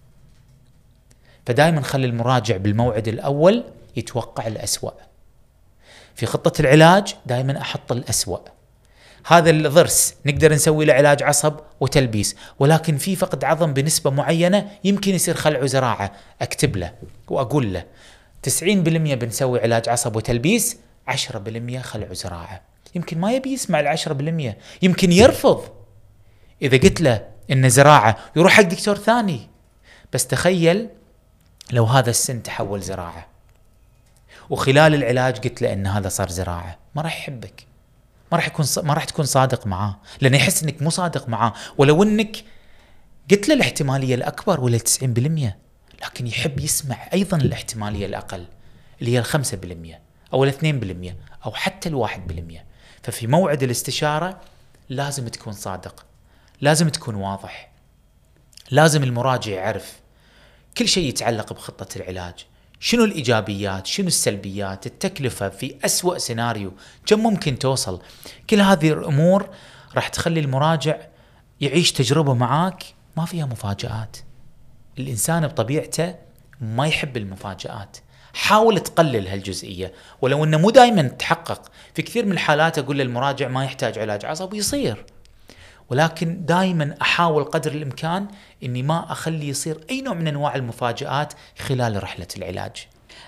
فدائما خلي المراجع بالموعد الأول يتوقع الأسوأ. في خطة العلاج دائما أحط الأسوأ. هذا الضرس نقدر نسوي له علاج عصب وتلبيس، ولكن في فقد عظم بنسبة معينة يمكن يصير خلع وزراعة، أكتب له وأقول له 90% بنسوي علاج عصب وتلبيس، 10% خلع وزراعة. يمكن ما يبي يسمع 10%، يمكن يرفض إذا قلت له إن زراعة يروح حق دكتور ثاني. بس تخيل لو هذا السن تحول زراعة وخلال العلاج قلت له إن هذا صار زراعة، ما راح يحبك، ما راح تكون صادق معاه، لأنه يحس إنك مو صادق معاه. ولو إنك قلت له الاحتمالية الأكبر ولا 90%، لكن يحب يسمع أيضا الاحتمالية الأقل اللي هي 5% أو 2% أو حتى 1%. ففي موعد الاستشارة لازم تكون صادق، لازم تكون واضح، لازم المراجع يعرف كل شيء يتعلق بخطة العلاج، شنو الإيجابيات، شنو السلبيات، التكلفة في أسوأ سيناريو كم ممكن توصل. كل هذه الأمور راح تخلي المراجع يعيش تجربة معاك ما فيها مفاجآت. الإنسان بطبيعته ما يحب المفاجآت. حاول تقلل هالجزئية، ولو أنه مو دائما تحقق. في كثير من الحالات أقول للمراجع ما يحتاج علاج عصب ويصير، ولكن دائما أحاول قدر الإمكان أني ما أخلي يصير أي نوع من أنواع المفاجآت خلال رحلة العلاج.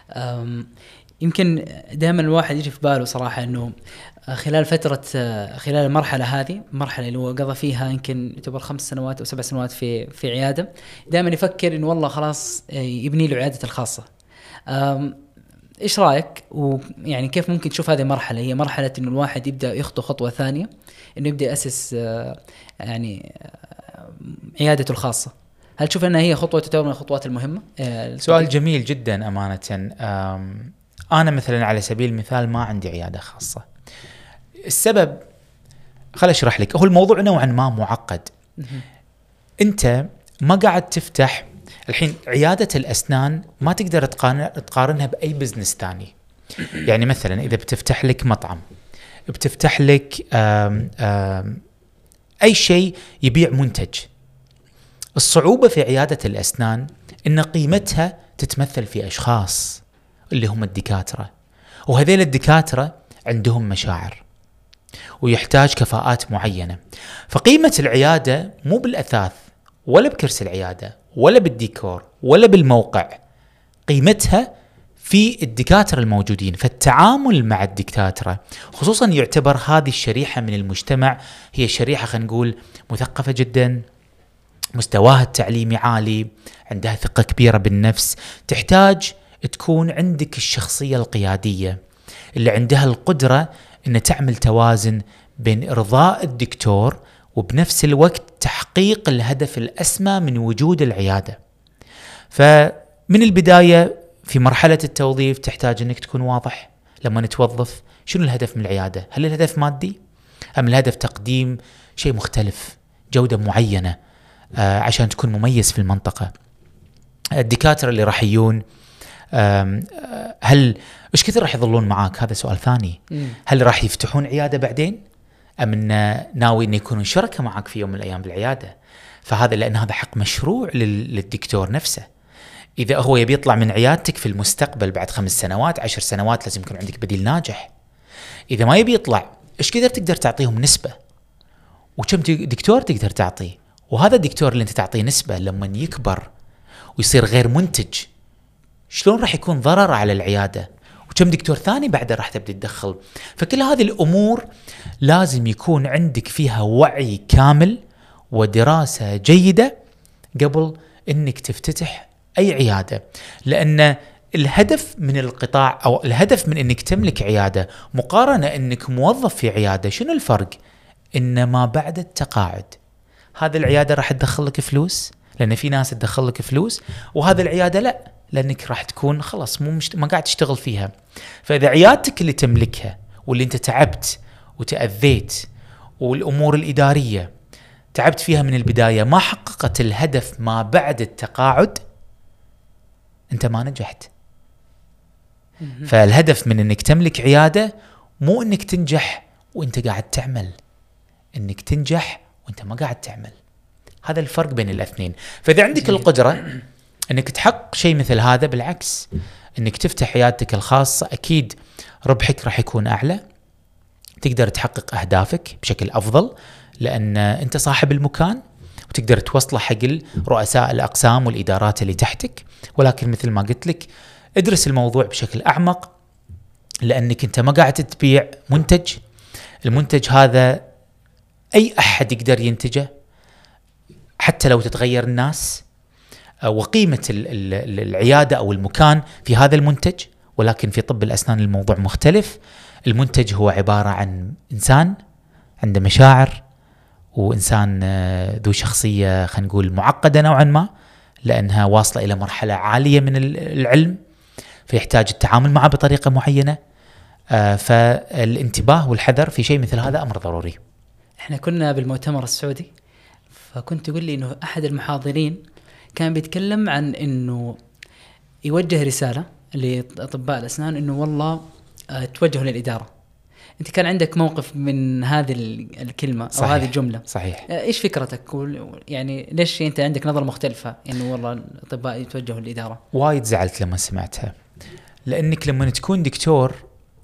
يمكن دائما الواحد يجي في باله صراحة أنه خلال المرحلة هذه، المرحلة اللي هو قضى فيها يمكن يعتبر 5 سنوات أو 7 سنوات في عيادة، دائما يفكر إنه والله خلاص يبني له عيادته الخاصة. إيش رأيك؟ ويعني كيف ممكن تشوف هذه المرحلة؟ هي مرحلة إنه الواحد يبدأ يخطو خطوة ثانية، إنه يبدأ يأسس يعني عيادته الخاصة. هل تشوف أنها هي خطوة تعتبر من الخطوات المهمة؟ سؤال جميل جدا أمانة. أنا مثلا على سبيل المثال ما عندي عيادة خاصة. السبب خل أشرح لك. هو الموضوع نوعا ما معقد. أنت ما قاعد تفتح الحين عيادة الأسنان، ما تقدر تقارنها بأي بزنس ثاني. يعني مثلا إذا بتفتح لك مطعم، بتفتح لك أي شيء يبيع منتج، الصعوبة في عيادة الأسنان إن قيمتها تتمثل في أشخاص اللي هم الدكاترة، وهذيل الدكاترة عندهم مشاعر ويحتاج كفاءات معينة. فقيمة العيادة مو بالأثاث ولا بكرسي العيادة ولا بالديكور ولا بالموقع، قيمتها في الدكاترة الموجودين. فالتعامل مع الدكاترة خصوصا يعتبر هذه الشريحة من المجتمع هي شريحة خلينا نقول مثقفة جدا، مستواها التعليمي عالي، عندها ثقة كبيرة بالنفس، تحتاج تكون عندك الشخصية القيادية اللي عندها القدرة أن تعمل توازن بين إرضاء الدكتور وبنفس الوقت تحقيق الهدف الأسمى من وجود العيادة. فمن البداية في مرحلة التوظيف تحتاج أنك تكون واضح لما نتوظف شنو الهدف من العيادة. هل الهدف مادي أم الهدف تقديم شيء مختلف، جودة معينة عشان تكون مميز في المنطقة. الدكاترة اللي راح يجون هل إيش كثر راح يظلون معاك؟ هذا سؤال ثاني. هل راح يفتحون عيادة بعدين أم إن ناوي إن يكونوا شركة معك في يوم من الأيام بالعيادة؟ فهذا لأن هذا حق مشروع للدكتور نفسه. إذا هو يبي يطلع من عيادتك في المستقبل بعد 5 سنوات 10 سنوات لازم يكون عندك بديل ناجح. إذا ما يبي يطلع إيش كثر تقدر تعطيهم نسبة، وكم دكتور تقدر تعطيه؟ وهذا الدكتور اللي أنت تعطيه نسبة لما يكبر ويصير غير منتج شلون راح يكون ضرر على العيادة، وكم دكتور ثاني بعده راح تبدأ تدخل. فكل هذه الأمور لازم يكون عندك فيها وعي كامل ودراسة جيدة قبل أنك تفتتح أي عيادة. لأن الهدف من القطاع أو الهدف من أنك تملك عيادة مقارنة أنك موظف في عيادة، شنو الفرق؟ إن ما بعد التقاعد هذا العيادة راح تدخل لك فلوس لأن في ناس تدخل لك فلوس، وهذا العيادة لا، لأنك راح تكون خلاص ما قاعد تشتغل فيها. فإذا عيادتك اللي تملكها واللي أنت تعبت وتأذيت والأمور الإدارية تعبت فيها من البداية ما حققت الهدف ما بعد التقاعد، أنت ما نجحت. فالهدف من أنك تملك عيادة مو أنك تنجح وأنت قاعد تعمل، أنك تنجح وأنت ما قاعد تعمل. هذا الفرق بين الاثنين. فإذا عندك القدرة أنك تحقق شيء مثل هذا، بالعكس أنك تفتح عيادتك الخاصة، أكيد ربحك راح يكون أعلى، تقدر تحقق أهدافك بشكل أفضل لأن أنت صاحب المكان وتقدر توصله حق رؤساء الأقسام والإدارات اللي تحتك. ولكن مثل ما قلت لك ادرس الموضوع بشكل أعمق، لأنك أنت ما قاعد تبيع منتج. المنتج هذا أي أحد يقدر ينتجه حتى لو تتغير الناس وقيمة العيادة أو المكان في هذا المنتج. ولكن في طب الأسنان الموضوع مختلف. المنتج هو عبارة عن إنسان عنده مشاعر، وإنسان ذو شخصية خلينا نقول معقدة نوعا ما لأنها واصلة إلى مرحلة عالية من العلم، فيحتاج التعامل معه بطريقة معينة. فالانتباه والحذر في شيء مثل هذا أمر ضروري. احنا كنا بالمؤتمر السعودي، فكنت تقول لي إنه أحد المحاضرين كان بيتكلم عن إنه يوجه رسالة لأطباء الأسنان إنه والله توجهوا للإدارة. أنت كان عندك موقف من هذه الكلمة أو صحيح. هذه الجملة صحيح. إيش فكرتك؟ يعني ليش أنت عندك نظرة مختلفة إنه والله الأطباء يتوجهوا للإدارة؟ وايد زعلت لما سمعتها، لأنك لما تكون دكتور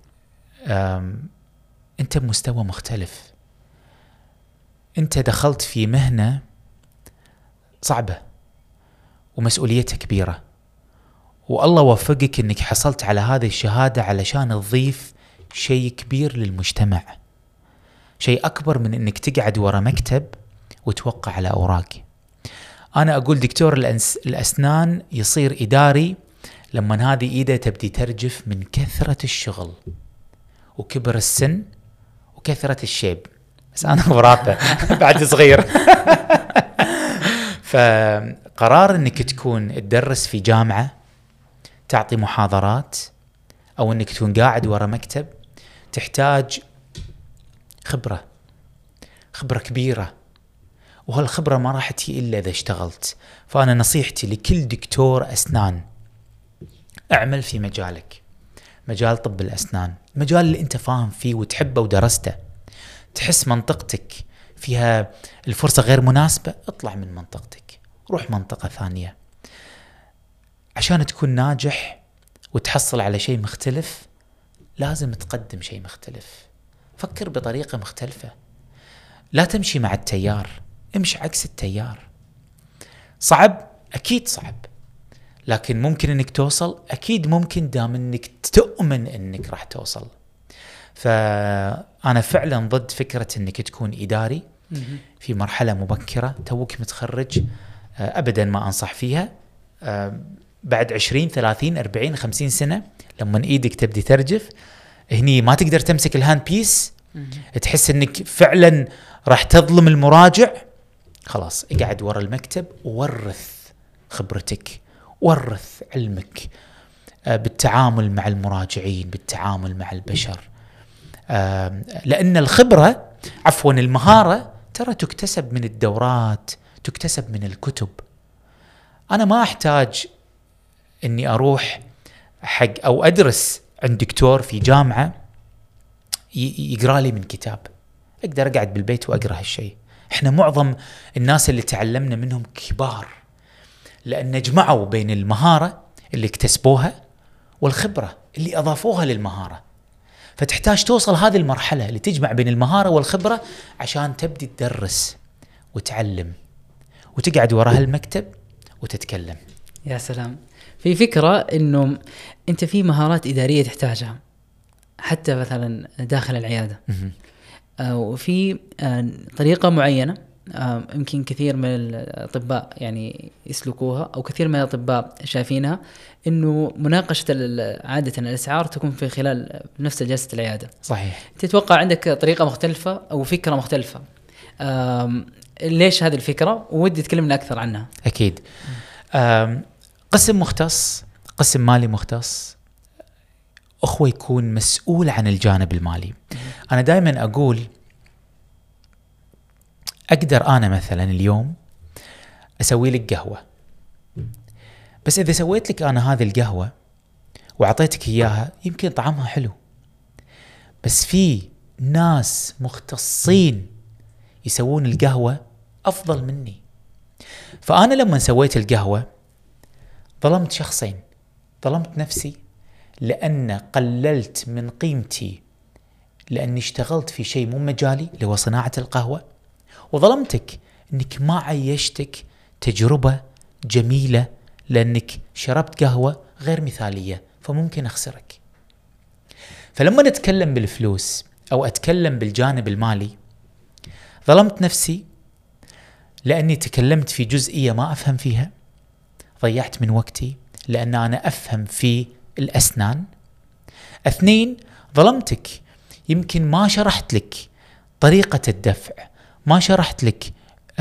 أنت بمستوى مختلف، أنت دخلت في مهنة صعبة ومسؤوليتها كبيرة، والله وفقك أنك حصلت على هذه الشهادة علشان تضيف شيء كبير للمجتمع، شيء أكبر من أنك تقعد ورا مكتب وتوقع على أوراق. أنا أقول دكتور الأسنان يصير إداري لما هذه إيده تبدي ترجف من كثرة الشغل وكبر السن وكثرة الشيب. بس أنا براته بعد صغير. فقرار أنك تكون تدرس في جامعة، تعطي محاضرات، أو أنك تكون قاعد ورا مكتب، تحتاج خبرة، خبرة كبيرة، وهالخبرة ما راح تجي إلا إذا اشتغلت. فأنا نصيحتي لكل دكتور أسنان، اعمل في مجالك، مجال طب الأسنان، المجال اللي أنت فاهم فيه وتحبه ودرسته. تحس منطقتك فيها الفرصة غير مناسبة، اطلع من منطقتك، روح منطقة ثانية. عشان تكون ناجح وتحصل على شيء مختلف لازم تقدم شيء مختلف. فكر بطريقة مختلفة، لا تمشي مع التيار، امشي عكس التيار. صعب، أكيد صعب، لكن ممكن انك توصل، أكيد ممكن، دام انك تؤمن انك راح توصل. فأنا فعلا ضد فكرة انك تكون إداري في مرحلة مبكرة توك متخرج. أبدا ما أنصح فيها. بعد 20 30 40 50 سنة لما إيدك تبدي ترجف، هني ما تقدر تمسك الهاند بيس، تحس انك فعلا راح تظلم المراجع، خلاص اقعد ورا المكتب وورث خبرتك، ورث علمك بالتعامل مع المراجعين، بالتعامل مع البشر. لأن الخبرة، عفوا المهارة، ترى تكتسب من الدورات، تكتسب من الكتب. أنا ما أحتاج أني أروح حق أو أدرس عند دكتور في جامعة يقرأ لي من كتاب، أقدر أقعد بالبيت وأقرأ هالشيء. إحنا معظم الناس اللي تعلمنا منهم كبار، لأن جمعوا بين المهارة اللي اكتسبوها والخبرة اللي أضافوها للمهارة. فتحتاج توصل هذه المرحلة اللي تجمع بين المهارة والخبرة عشان تبدي تدرس وتعلم وتقعد وراء المكتب وتتكلم. يا سلام. في فكرة إنه أنت في مهارات إدارية تحتاجها حتى مثلا داخل العيادة، وفي طريقة معينة يمكن كثير من الأطباء يعني يسلكوها، أو كثير من الأطباء شايفينها، إنه مناقشة عادة الأسعار تكون في خلال نفس جلسة العيادة. صحيح. تتوقع عندك طريقة مختلفة أو فكرة مختلفة، ليش هذه الفكرة؟ ودي تكلمنا أكثر عنها. أكيد. قسم مختص، قسم مالي مختص، أخوة يكون مسؤول عن الجانب المالي. أنا دائما أقول أقدر أنا مثلا اليوم أسوي لك قهوة، بس إذا سويت لك أنا هذه القهوة وعطيتك إياها يمكن طعمها حلو، بس في ناس مختصين يسوون القهوة أفضل مني. فأنا لما سويت القهوة ظلمت شخصين، ظلمت نفسي لأن قللت من قيمتي لأني اشتغلت في شيء مو مجالي اللي هو صناعة القهوة، وظلمتك أنك ما عيشتك تجربة جميلة لأنك شربت قهوة غير مثالية فممكن أخسرك. فلما نتكلم بالفلوس أو أتكلم بالجانب المالي ظلمت نفسي لأني تكلمت في جزئية ما أفهم فيها، ضيعت من وقتي لأن أنا أفهم في الأسنان. 2 ظلمتك، يمكن ما شرحت لك طريقة الدفع، ما شرحت لك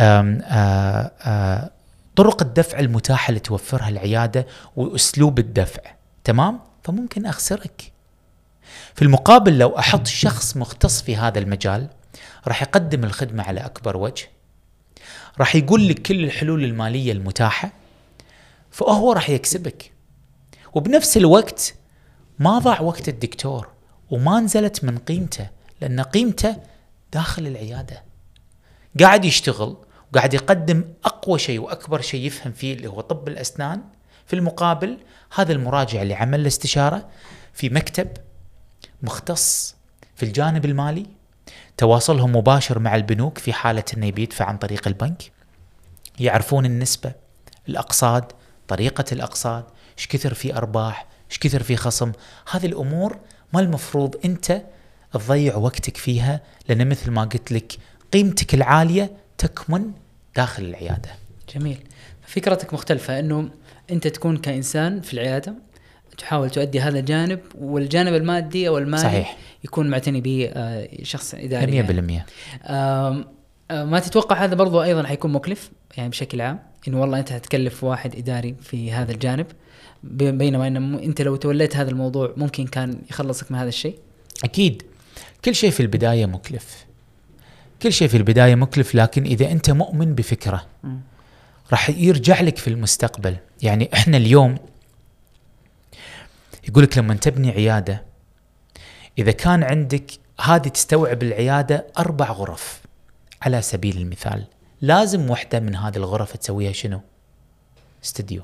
طرق الدفع المتاحة اللي توفرها العيادة وأسلوب الدفع، تمام؟ فممكن أخسرك. في المقابل لو أحط شخص مختص في هذا المجال راح يقدم الخدمة على أكبر وجه، راح يقول لك كل الحلول المالية المتاحة، فهو راح يكسبك. وبنفس الوقت ما ضاع وقت الدكتور وما نزلت من قيمته، لأن قيمته داخل العيادة قاعد يشتغل وقاعد يقدم أقوى شيء وأكبر شيء يفهم فيه اللي هو طب الأسنان. في المقابل هذا المراجع اللي عمل الاستشارة في مكتب مختص في الجانب المالي، تواصلهم مباشر مع البنوك في حالة أنه بيدفع عن طريق البنك، يعرفون النسبة، الأقساط، طريقة الأقساط، إيش كثر في أرباح، إيش كثر في خصم. هذه الأمور ما المفروض أنت تضيع وقتك فيها، لأن مثل ما قلت لك قيمتك العالية تكمن داخل العيادة. جميل. فكرتك مختلفة، أنه أنت تكون كإنسان في العيادة تحاول تؤدي هذا الجانب، والجانب المادي أو المالي صحيح. يكون معتني به شخص إداري 100%. يعني. ما تتوقع هذا برضو أيضا حيكون مكلف يعني بشكل عام، إنه والله أنت هتكلف واحد إداري في هذا الجانب، بينما إنه أنت لو توليت هذا الموضوع ممكن كان يخلصك من هذا الشيء؟ أكيد كل شيء في البداية مكلف، كل شيء في البداية مكلف، لكن إذا أنت مؤمن بفكرة راح يرجع لك في المستقبل. يعني إحنا اليوم يقولك لما تبني عيادة، إذا كان عندك هذه تستوعب العيادة 4 غرف على سبيل المثال، لازم واحدة من هذه الغرف تسويها شنو؟ استديو.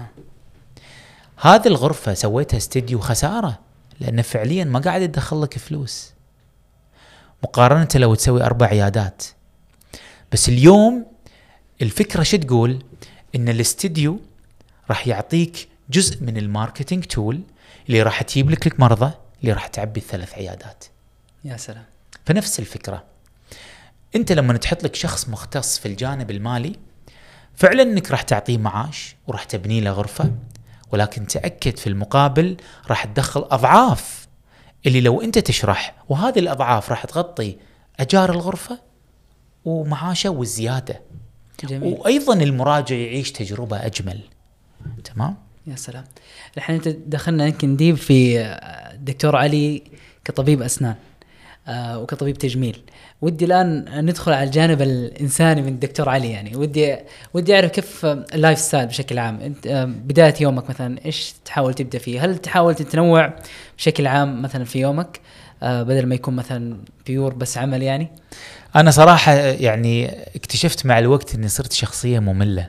هذه الغرفة سويتها استديو خسارة، لأن فعليا ما قاعد تدخل لك فلوس مقارنة لو تسوي 4 عيادات. بس اليوم الفكرة شو تقول؟ إن الاستديو راح يعطيك جزء من الماركتينج تول اللي راح تجيب لك المرضى اللي راح تعبي 3 عيادات. يا سلام. فنفس الفكرة، أنت لما تحط لك شخص مختص في الجانب المالي فعلا أنك راح تعطيه معاش وراح تبني له غرفة، ولكن تأكد في المقابل راح تدخل أضعاف اللي لو أنت تشرح، وهذه الأضعاف راح تغطي أجار الغرفة ومعاشه والزيادة. جميل. وأيضا المراجع يعيش تجربة أجمل. تمام. يا سلام. الحين انت دخلنا يمكن نديب في الدكتور علي كطبيب أسنان وكطبيب تجميل. ودي الآن ندخل على الجانب الإنساني من الدكتور علي. يعني ودي أعرف كيف اللايف ستايل بشكل عام. أنت بداية يومك مثلا إيش تحاول تبدأ فيه؟ هل تحاول تتنوع بشكل عام مثلا في يومك بدل ما يكون مثلا بيور بس عمل؟ يعني أنا صراحة يعني اكتشفت مع الوقت أني صرت شخصية مملة.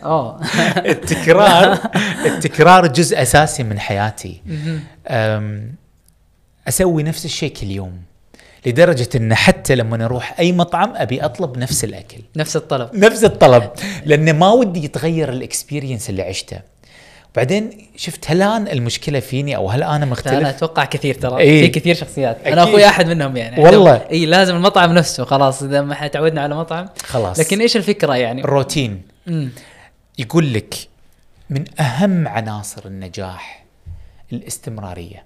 التكرار جزء أساسي من حياتي. أسوي نفس الشيء كل يوم، لدرجة أن حتى لما نروح أي مطعم أبي أطلب نفس الأكل، نفس الطلب، لأن ما ودي يتغير الإكسبيرينس اللي عشته. بعدين شفت هل أنا المشكلة فيني أو هل أنا مختلف؟ أنا أتوقع كثير ترى في كثير شخصيات. أكيد. أنا أخوي أحد منهم يعني والله. لازم المطعم نفسه خلاص، إذا ما تعودنا على مطعم خلاص. لكن إيش الفكرة يعني؟ الروتين. يقول لك من أهم عناصر النجاح الاستمرارية.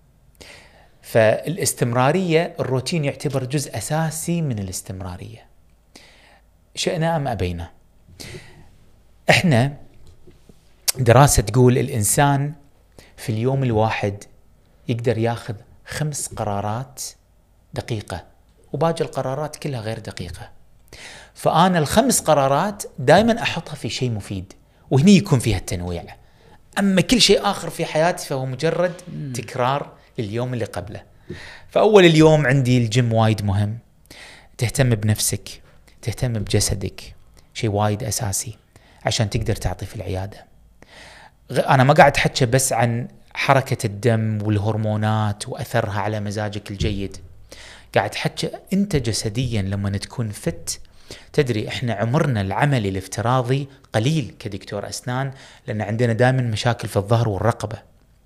فالاستمرارية، الروتين يعتبر جزء أساسي من الاستمرارية، شئنا أم أبينا. إحنا دراسة تقول الإنسان في اليوم الواحد يقدر ياخذ 5 قرارات دقيقة، وباقي القرارات كلها غير دقيقة. فأنا ال5 قرارات دائما أحطها في شيء مفيد، وهني يكون فيها التنويع. أما كل شيء آخر في حياتي فهو مجرد تكرار لليوم اللي قبله. فأول اليوم عندي الجيم وايد مهم، تهتم بنفسك، تهتم بجسدك، شيء وايد أساسي عشان تقدر تعطي في العيادة. أنا ما قاعد أحكي بس عن حركة الدم والهرمونات وأثرها على مزاجك الجيد، قاعد أحكي أنت جسديا لما تكون فت. تدري إحنا عمرنا العملي الافتراضي قليل كدكتور أسنان، لأن عندنا دائما مشاكل في الظهر والرقبة.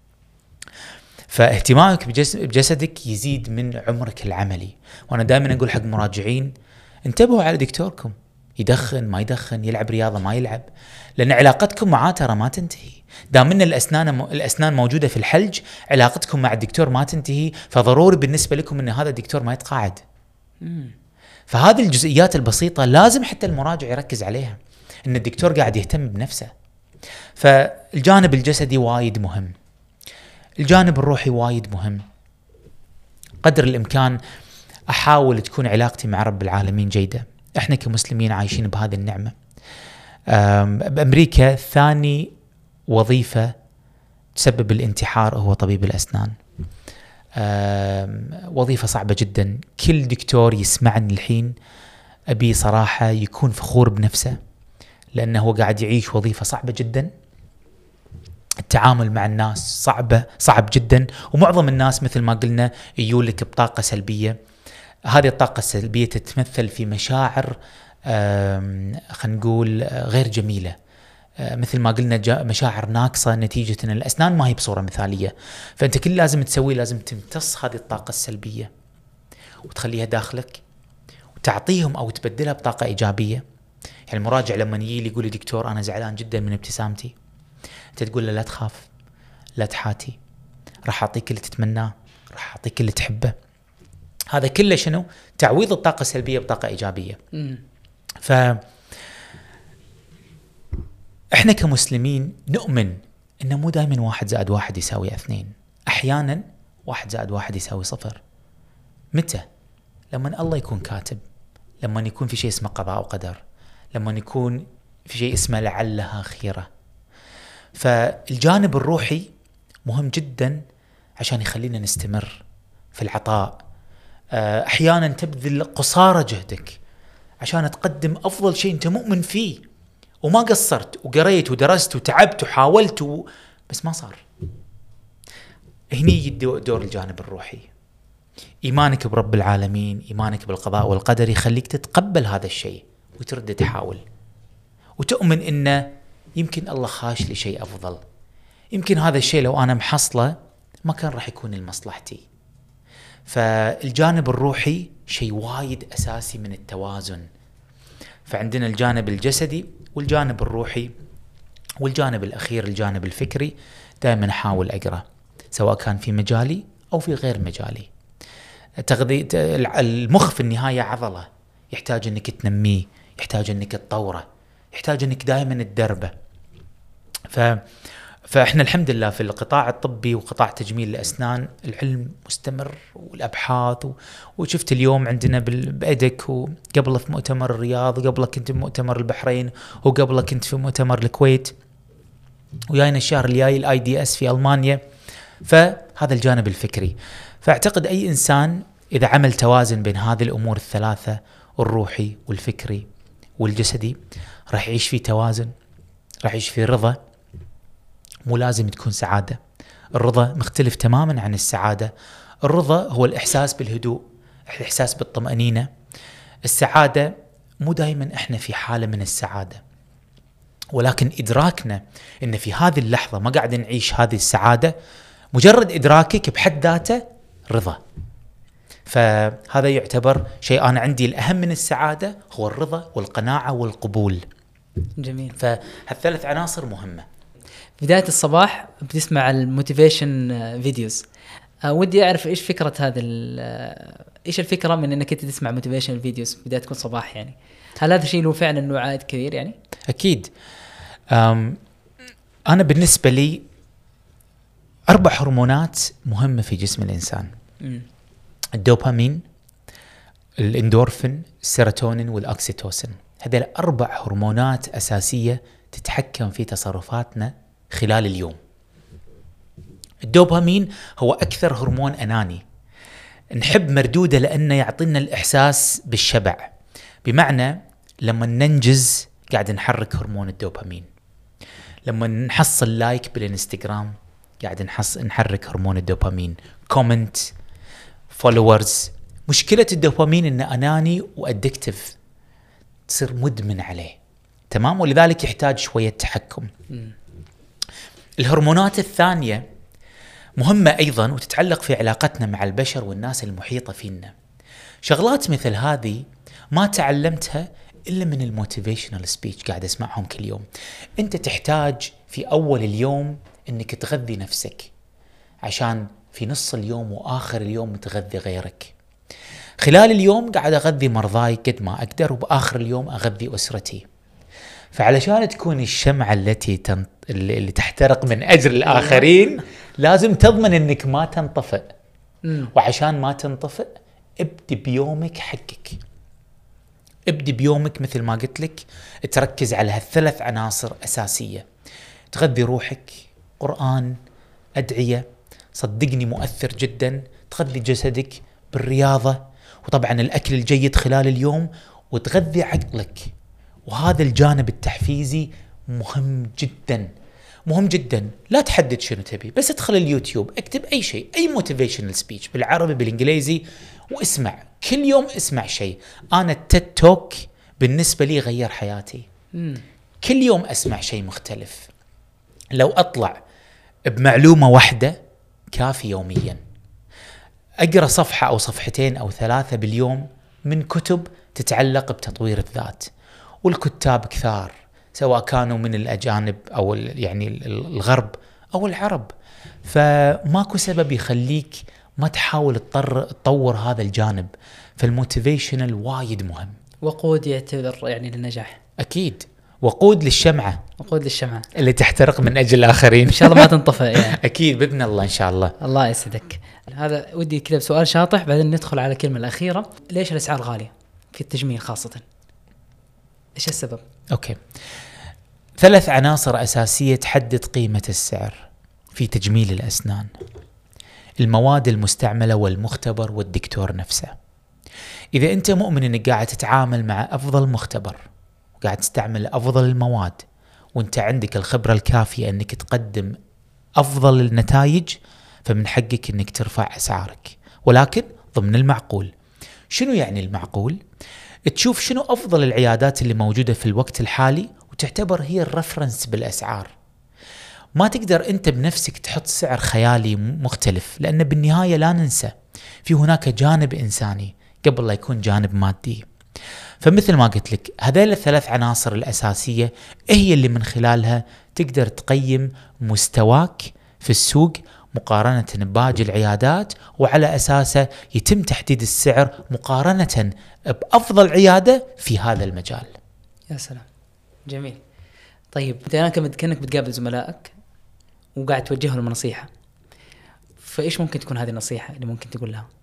فاهتمامك بجسدك يزيد من عمرك العملي. وأنا دائما أقول حق مراجعين انتبهوا على دكتوركم، يدخن ما يدخن، يلعب رياضة ما يلعب، لأن علاقتكم معاه ترى ما تنتهي. دام ان الأسنان موجودة في الحلج، علاقتكم مع الدكتور ما تنتهي. فضروري بالنسبة لكم أن هذا الدكتور ما يتقاعد. فهذه الجزئيات البسيطة لازم حتى المراجع يركز عليها، أن الدكتور قاعد يهتم بنفسه. فالجانب الجسدي وايد مهم، الجانب الروحي وايد مهم. قدر الإمكان أحاول تكون علاقتي مع رب العالمين جيدة. إحنا كمسلمين عايشين بهذه النعمة. بأمريكا ثاني وظيفة تسبب الانتحار هو طبيب الأسنان. وظيفة صعبة جدا. كل دكتور يسمعني الحين أبي صراحة يكون فخور بنفسه، لأنه هو قاعد يعيش وظيفة صعبة جدا. التعامل مع الناس صعب جدا، ومعظم الناس مثل ما قلنا يجولك بطاقة سلبية. هذه الطاقة السلبية تتمثل في مشاعر خلينا نقول غير جميلة، مثل ما قلنا مشاعر ناقصة نتيجة أن الأسنان ما هي بصورة مثالية. فأنت كل لازم تسويه لازم تمتص هذه الطاقة السلبية وتخليها داخلك وتعطيهم أو تبدلها بطاقة إيجابية. يعني المراجع لما يجي لي يقول لي دكتور أنا زعلان جدا من ابتسامتي، أنت تقول له لا تخاف، لا تحاتي، راح أعطيك اللي تتمناه، راح أعطيك اللي تحبه. هذا كله شنو؟ تعويض الطاقة السلبية بطاقة إيجابية. إحنا كمسلمين نؤمن إنه مو دائما 1 زائد 1 يساوي 2. أحيانا 1 زائد 1 يساوي 0. متى؟ لما الله يكون كاتب، لما يكون في شيء اسمه قضاء وقدر، لما يكون في شيء اسمه لعلها خيرة. فالجانب الروحي مهم جدا عشان يخلينا نستمر في العطاء. أحيانا تبذل قصارى جهدك عشان تقدم أفضل شيء أنت مؤمن فيه، وما قصرت وقريت ودرست وتعبت وحاولت بس ما صار. هني دور الجانب الروحي. إيمانك برب العالمين، إيمانك بالقضاء والقدر يخليك تتقبل هذا الشيء وترد تحاول وتؤمن إنه يمكن الله خاش لي شيء أفضل، يمكن هذا الشيء لو أنا محصله ما كان راح يكون لمصلحتي. فالجانب الروحي شيء وايد أساسي من التوازن. فعندنا الجانب الجسدي والجانب الروحي، والجانب الأخير الجانب الفكري. دائما أحاول أقرأ سواء كان في مجالي أو في غير مجالي. تغذية المخ في النهاية عضلة، يحتاج أنك تنميه، يحتاج أنك تطوره، يحتاج أنك دائما تدربه. فإحنا الحمد لله في القطاع الطبي وقطاع تجميل الأسنان العلم مستمر والأبحاث وشفت اليوم عندنا بأدك، وقبل في مؤتمر الرياض، وقبل كنت في مؤتمر البحرين، وقبل كنت في مؤتمر الكويت، ويانا الشهر الجاي IDS في ألمانيا. فهذا الجانب الفكري. فأعتقد أي إنسان إذا عمل توازن بين هذه الأمور الثلاثة، الروحي والفكري والجسدي، راح يعيش في توازن، راح يعيش في رضا. مو لازم تكون سعادة، الرضا مختلف تماما عن السعادة. الرضا هو الإحساس بالهدوء، الإحساس بالطمأنينة. السعادة مو دائما إحنا في حالة من السعادة، ولكن إدراكنا إن في هذه اللحظة ما قاعد نعيش هذه السعادة، مجرد إدراكك بحد ذاته رضا. فهذا يعتبر شيء. أنا عندي الأهم من السعادة هو الرضا والقناعة والقبول. جميل. فهالثلاث عناصر مهمة. بداية الصباح بتسمع الموتيفيشن فيديوز. ودي أعرف إيش فكرة إيش الفكرة من إنك أنت تسمع موتيفيشن فيديوز بداية كل صباح يعني؟ هل هذا شيء له فعلا له عائد كبير يعني؟ أكيد. أنا بالنسبة لي 4 هرمونات مهمة في جسم الإنسان. الدوبامين، الاندورفين، السيروتونين والأكسيتوسين. هذه 4 هرمونات أساسية تتحكم في تصرفاتنا خلال اليوم. الدوبامين هو أكثر هرمون أناني، نحب مردوده لأنه يعطينا الإحساس بالشبع. بمعنى لما ننجز قاعد نحرك هرمون الدوبامين، لما نحصل لايك بالإنستغرام قاعد نحرك هرمون الدوبامين، كومنت، فولورز. مشكلة الدوبامين إنه أناني وأدكتيف، تصير مدمن عليه، تمام؟ ولذلك يحتاج شوية تحكم. الهرمونات الثانية مهمة أيضا وتتعلق في علاقتنا مع البشر والناس المحيطة فينا. شغلات مثل هذه ما تعلمتها إلا من الموتيفيشنال سبيتش، قاعد أسمعهم كل يوم. أنت تحتاج في أول اليوم أنك تغذي نفسك، عشان في نص اليوم وآخر اليوم تغذي غيرك. خلال اليوم قاعد أغذي مرضاي قد ما أقدر، وبآخر اليوم أغذي أسرتي. فعلشان تكون الشمعة اللي تحترق من أجل الآخرين لازم تضمن أنك ما تنطفئ. وعشان ما تنطفئ ابدي بيومك حقك، ابدي بيومك مثل ما قلت لك، تركز على هالثلاث عناصر أساسية. تغذي روحك، قرآن، أدعية، صدقني مؤثر جدا. تغذي جسدك بالرياضة، وطبعا الأكل الجيد خلال اليوم، وتغذي عقلك. وهذا الجانب التحفيزي مهم جدا، مهم جدا. لا تحدد شنو تبي، بس ادخل اليوتيوب، اكتب أي شيء، أي موتيفيشنال سبيتش بالعربي بالإنجليزي، واسمع كل يوم، اسمع شيء. أنا التيد توك بالنسبة لي غير حياتي. كل يوم أسمع شيء مختلف. لو أطلع بمعلومة واحدة كافي يوميا. أقرأ صفحة أو صفحتين أو 3 باليوم من كتب تتعلق بتطوير الذات. والكتاب كثار، سواء كانوا من الأجانب أو يعني الغرب أو العرب. فماكو سبب يخليك ما تحاول تطور هذا الجانب. فالموتيفيشنال وايد مهم، وقود يعتبر يعني للنجاح. أكيد، وقود للشمعة، وقود للشمعة اللي تحترق من أجل الآخرين. إن شاء الله ما تنطفئ يعني. أكيد بإذن الله، إن شاء الله. الله يسعدك. هذا ودي كذا بسؤال شاطح، بعدين ندخل على الكلمة الأخيرة. ليش الأسعار غالية؟ في التجميل خاصة؟ إيش السبب؟ أوكي، 3 عناصر أساسية تحدد قيمة السعر في تجميل الأسنان: المواد المستعملة والمختبر والدكتور نفسه. إذا أنت مؤمن أنك قاعد تتعامل مع أفضل مختبر وقاعد تستعمل أفضل المواد وأنت عندك الخبرة الكافية أنك تقدم أفضل النتائج، فمن حقك أنك ترفع أسعارك، ولكن ضمن المعقول. شنو يعني المعقول؟ تشوف شنو أفضل العيادات اللي موجودة في الوقت الحالي وتعتبر هي الرفرنس بالأسعار. ما تقدر أنت بنفسك تحط سعر خيالي مختلف، لأن بالنهاية لا ننسى في هناك جانب إنساني قبل لا يكون جانب مادي. فمثل ما قلت لك، هذيل ال3 عناصر الأساسية هي اللي من خلالها تقدر تقيم مستواك في السوق مقارنة بباقي العيادات، وعلى أساسه يتم تحديد السعر مقارنة بأفضل عيادة في هذا المجال. يا سلام، جميل. طيب أنت الآن كأنك بتقابل زملائك وقاعد توجه لهم نصيحة، فإيش ممكن تكون هذه النصيحة اللي ممكن تقول لها؟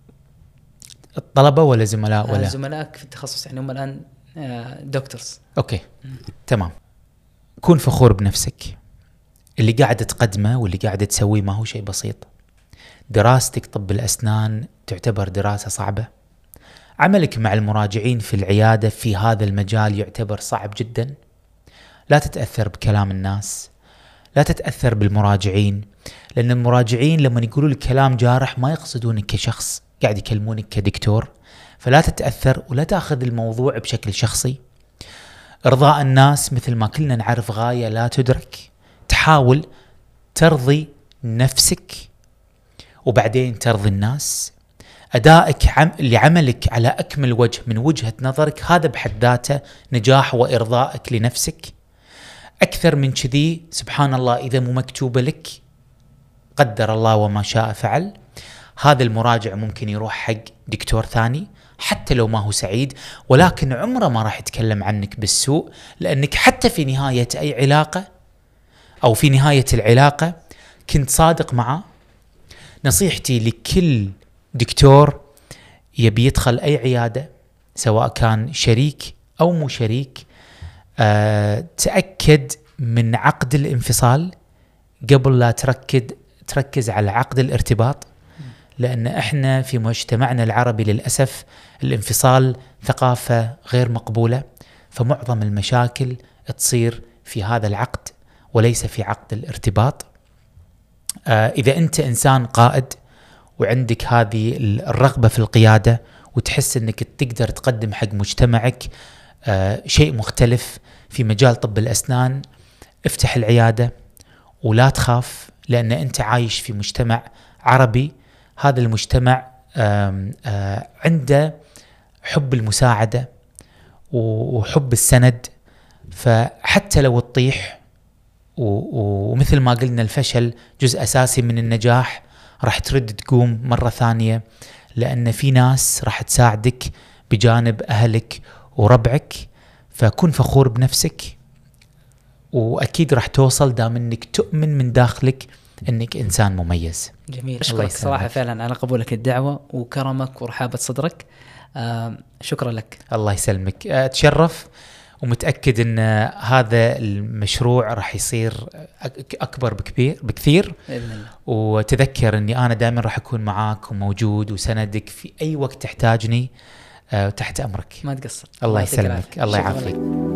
الطلبة ولا زملاء ولا زملائك في التخصص، يعني هم الآن دكتورز. أوكي تمام. كون فخور بنفسك. اللي قاعد تقدمه واللي قاعد تسويه ما هو شيء بسيط. دراستك طب الأسنان تعتبر دراسة صعبة. عملك مع المراجعين في العيادة في هذا المجال يعتبر صعب جدا. لا تتأثر بكلام الناس، لا تتأثر بالمراجعين، لأن المراجعين لما يقولوا لك كلام جارح ما يقصدونك كشخص، قاعد يكلمونك كدكتور. فلا تتأثر ولا تأخذ الموضوع بشكل شخصي. إرضاء الناس مثل ما كلنا نعرف غاية لا تدرك. تحاول ترضي نفسك وبعدين ترضي الناس. أدائك لعملك على أكمل وجه من وجهة نظرك، هذا بحد ذاته نجاح وإرضائك لنفسك. أكثر من كذي سبحان الله إذا مو مكتوبة لك قدر الله وما شاء فعل. هذا المراجع ممكن يروح حق دكتور ثاني حتى لو ما هو سعيد، ولكن عمره ما راح يتكلم عنك بالسوء، لأنك حتى في نهاية أي علاقة أو في نهاية العلاقة كنت صادق معه. نصيحتي لكل دكتور يبي يدخل أي عيادة سواء كان شريك أو مو شريك، تأكد من عقد الانفصال قبل لا تركز على عقد الارتباط، لأن إحنا في مجتمعنا العربي للأسف الانفصال ثقافة غير مقبولة، فمعظم المشاكل تصير في هذا العقد وليس في عقد الارتباط. إذا أنت إنسان قائد وعندك هذه الرغبة في القيادة وتحس أنك تقدر تقدم حق مجتمعك شيء مختلف في مجال طب الأسنان، افتح العيادة ولا تخاف، لأن أنت عايش في مجتمع عربي. هذا المجتمع عنده حب المساعدة وحب السند، فحتى لو تطيح ومثل ما قلنا الفشل جزء أساسي من النجاح، راح ترد تقوم مرة ثانية، لأن في ناس راح تساعدك بجانب أهلك وربعك. فكن فخور بنفسك، وأكيد راح توصل دام أنك تؤمن من داخلك أنك إنسان مميز. جميل، أشكرك صراحة فعلا على قبولك الدعوة وكرمك ورحابة صدرك. شكرا لك. الله يسلمك. أتشرف ومتأكد أن هذا المشروع راح يصير أكبر بكثير بإذن الله. وتذكر أني أنا دائما راح أكون معاك وموجود وسندك في أي وقت تحتاجني، تحت أمرك. ما تقصر. الله يسلمك. الله يعافيك.